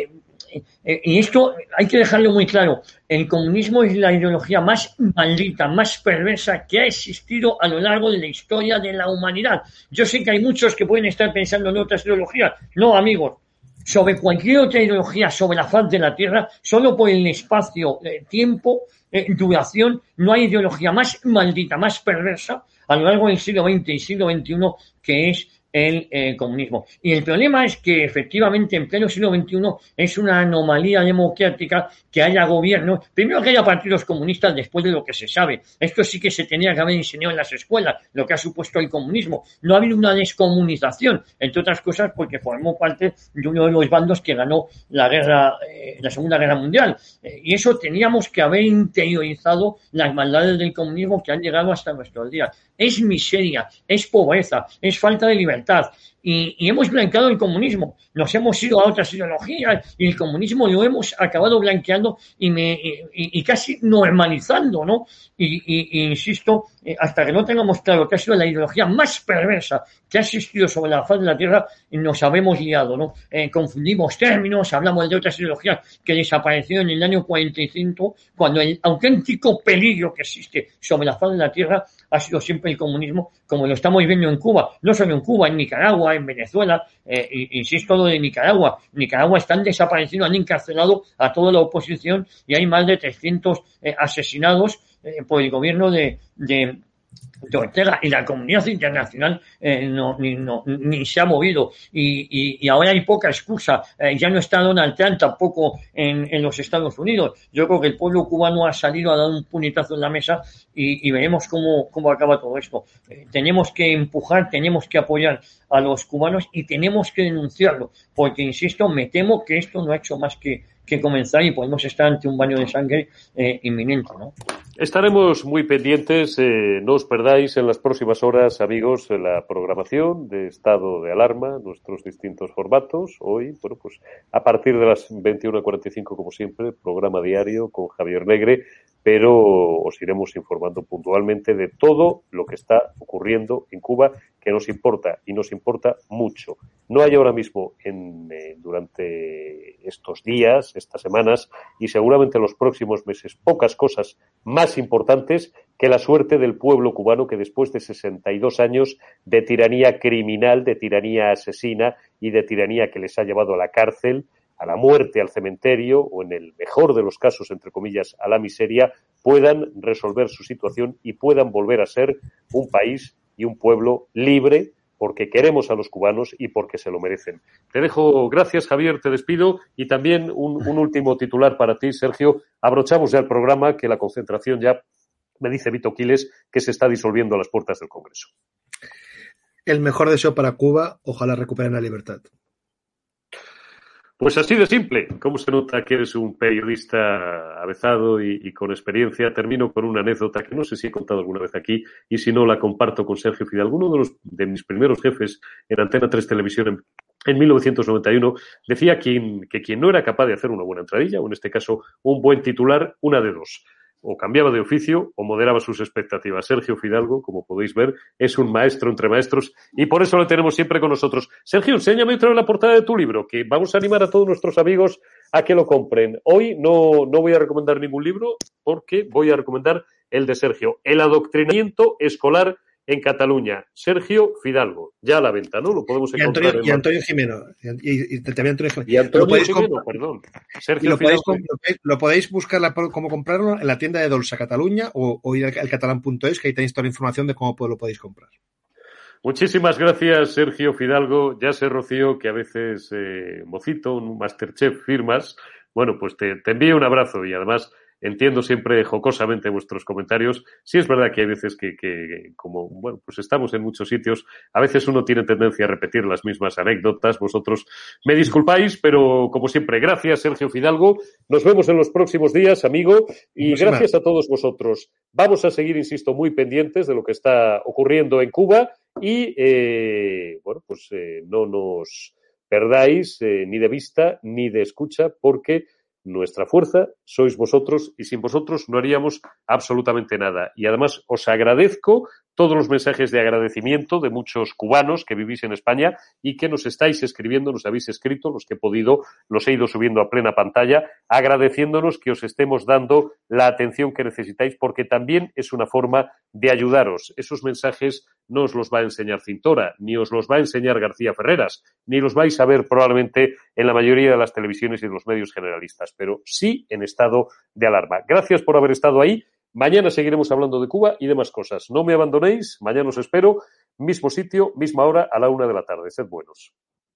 y esto hay que dejarlo muy claro, el comunismo es la ideología más maldita, más perversa que ha existido a lo largo de la historia de la humanidad. Yo sé que hay muchos que pueden estar pensando en otras ideologías. No, amigos, sobre cualquier otra ideología sobre la faz de la Tierra, solo por el espacio, tiempo, duración, no hay ideología más maldita, más perversa a lo largo del siglo XX y siglo XXI que es el comunismo. Y el problema es que efectivamente en pleno siglo XXI es una anomalía democrática que haya gobiernos, primero que haya partidos comunistas después de lo que se sabe. Esto sí que se tenía que haber enseñado en las escuelas, lo que ha supuesto el comunismo. No ha habido una descomunización, entre otras cosas porque formó parte de uno de los bandos que ganó la Segunda Guerra Mundial. Y eso teníamos que haber interiorizado las maldades del comunismo que han llegado hasta nuestros días. Es miseria, es pobreza, es falta de libertad. Y hemos blanqueado el comunismo. Nos hemos ido a otras ideologías y el comunismo lo hemos acabado blanqueando y casi normalizando, ¿no? Y insisto, hasta que no tengamos claro que ha sido la ideología más perversa que ha existido sobre la faz de la Tierra, nos habemos liado, ¿no? Confundimos términos, hablamos de otras ideologías que desaparecieron en el año 45, cuando el auténtico peligro que existe sobre la faz de la Tierra ha sido siempre el comunismo, como lo estamos viendo en Cuba, no solo en Cuba, en Nicaragua, en Venezuela, insisto lo de Nicaragua. Nicaragua están desapareciendo, han encarcelado a toda la oposición y hay más de 300 asesinados por el gobierno de Ortega, y la comunidad internacional ni se ha movido y ahora hay poca excusa. Ya no está Donald Trump tampoco en los Estados Unidos. Yo creo que el pueblo cubano ha salido a dar un puñetazo en la mesa y veremos cómo acaba todo esto. Tenemos que empujar, tenemos que apoyar a los cubanos y tenemos que denunciarlo, porque insisto, me temo que esto no ha hecho más que comenzar y podemos estar ante un baño de sangre inminente, ¿no? Estaremos muy pendientes, no os perdáis en las próximas horas, amigos, la programación de Estado de Alarma, nuestros distintos formatos. Hoy, bueno, pues a partir de las 21:45, como siempre, programa diario con Javier Negre, pero os iremos informando puntualmente de todo lo que está ocurriendo en Cuba, que nos importa y nos importa mucho. No hay ahora mismo durante estos días, estas semanas y seguramente en los próximos meses pocas cosas más importantes que la suerte del pueblo cubano, que después de 62 años de tiranía criminal, de tiranía asesina y de tiranía que les ha llevado a la cárcel, a la muerte, al cementerio o, en el mejor de los casos, entre comillas, a la miseria, puedan resolver su situación y puedan volver a ser un país y un pueblo libre, porque queremos a los cubanos y porque se lo merecen. Te dejo, gracias Javier, te despido, y también un último titular para ti, Sergio. Abrochamos ya el programa, que la concentración ya, me dice Vito Quiles, que se está disolviendo a las puertas del Congreso. El mejor deseo para Cuba, ojalá recuperen la libertad. Pues así de simple. ¿Cómo se nota que eres un periodista avezado y con experiencia? Termino con una anécdota que no sé si he contado alguna vez aquí, y si no la comparto con Sergio Fidalgo. Uno de mis primeros jefes en Antena 3 Televisión en 1991 decía que quien no era capaz de hacer una buena entradilla, o en este caso un buen titular, una de dos: o cambiaba de oficio o moderaba sus expectativas. Sergio Fidalgo, como podéis ver, es un maestro entre maestros y por eso lo tenemos siempre con nosotros. Sergio, enséñame otra vez la portada de tu libro, que vamos a animar a todos nuestros amigos a que lo compren. Hoy no voy a recomendar ningún libro, porque voy a recomendar el de Sergio, El adoctrinamiento escolar en Cataluña. Sergio Fidalgo, ya a la venta, ¿no? Lo podemos encontrar. Y Antonio Jimeno. Y también Antonio Jimeno. Y Antonio Jimeno, perdón. Sergio Fidalgo. Lo podéis buscar cómo comprarlo en la tienda de Dolça Cataluña o ir al catalán.es, que ahí tenéis toda la información de cómo lo podéis comprar. Muchísimas gracias, Sergio Fidalgo. Ya sé, Rocío, que a veces Mocito, un Masterchef, firmas. Bueno, pues te envío un abrazo y además entiendo siempre jocosamente vuestros comentarios. Sí es verdad que hay veces que como, bueno, pues estamos en muchos sitios, a veces uno tiene tendencia a repetir las mismas anécdotas. Vosotros me disculpáis, pero como siempre, gracias, Sergio Fidalgo. Nos vemos en los próximos días, amigo, y gracias a todos vosotros. Vamos a seguir, insisto, muy pendientes de lo que está ocurriendo en Cuba y, bueno, pues no nos perdáis ni de vista ni de escucha, porque nuestra fuerza sois vosotros y sin vosotros no haríamos absolutamente nada. Y además os agradezco todos los mensajes de agradecimiento de muchos cubanos que vivís en España y que nos estáis escribiendo, nos habéis escrito, los que he podido, los he ido subiendo a plena pantalla, agradeciéndonos que os estemos dando la atención que necesitáis, porque también es una forma de ayudaros. Esos mensajes no os los va a enseñar Cintora, ni os los va a enseñar García Ferreras, ni los vais a ver probablemente en la mayoría de las televisiones y de los medios generalistas, pero sí en estado de alarma. Gracias por haber estado ahí. Mañana seguiremos hablando de Cuba y demás cosas. No me abandonéis, mañana os espero, mismo sitio, misma hora, a la 1 de la tarde. Sed buenos.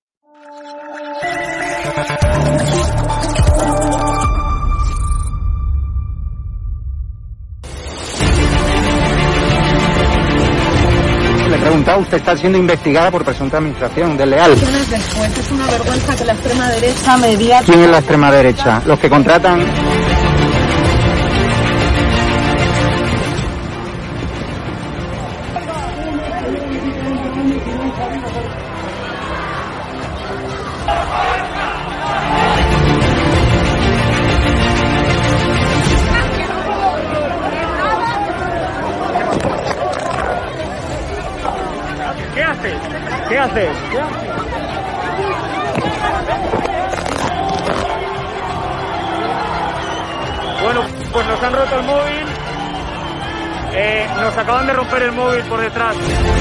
Le he preguntado, usted está siendo investigada por presunta administración desleal. Después es una vergüenza que la extrema derecha media... ¿Quién es la extrema derecha? Los que contratan... ¿Qué haces? Bueno, pues nos han roto el móvil. Nos acaban de romper el móvil por detrás.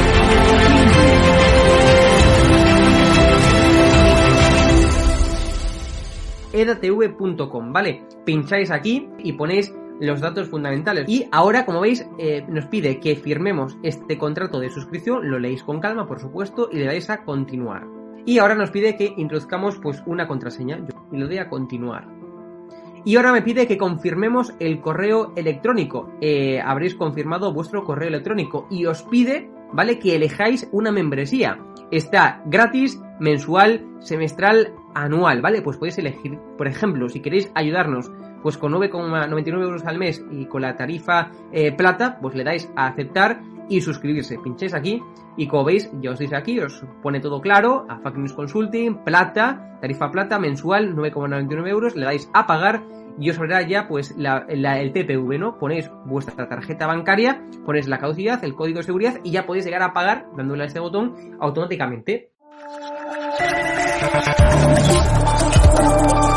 edatv.com, ¿vale? Pincháis aquí y ponéis los datos fundamentales. Y ahora, como veis, nos pide que firmemos este contrato de suscripción, lo leéis con calma, por supuesto, y le dais a continuar. Y ahora nos pide que introduzcamos pues una contraseña, y le doy a continuar. Y ahora me pide que confirmemos el correo electrónico. Habréis confirmado vuestro correo electrónico y os pide, ¿vale?, que elijáis una membresía. Está gratis, mensual, semestral, anual, ¿vale? Pues podéis elegir, por ejemplo, si queréis ayudarnos pues con 9,99 euros al mes y con la tarifa plata, pues le dais a aceptar y suscribirse. Pincháis aquí y como veis, ya os dice aquí, os pone todo claro, a Fact News Consulting, plata, tarifa plata, mensual, 9,99 euros, le dais a pagar y os abrirá ya pues el TPV, ¿no? Ponéis vuestra tarjeta bancaria, ponéis la caducidad, el código de seguridad y ya podéis llegar a pagar dándole a este botón automáticamente.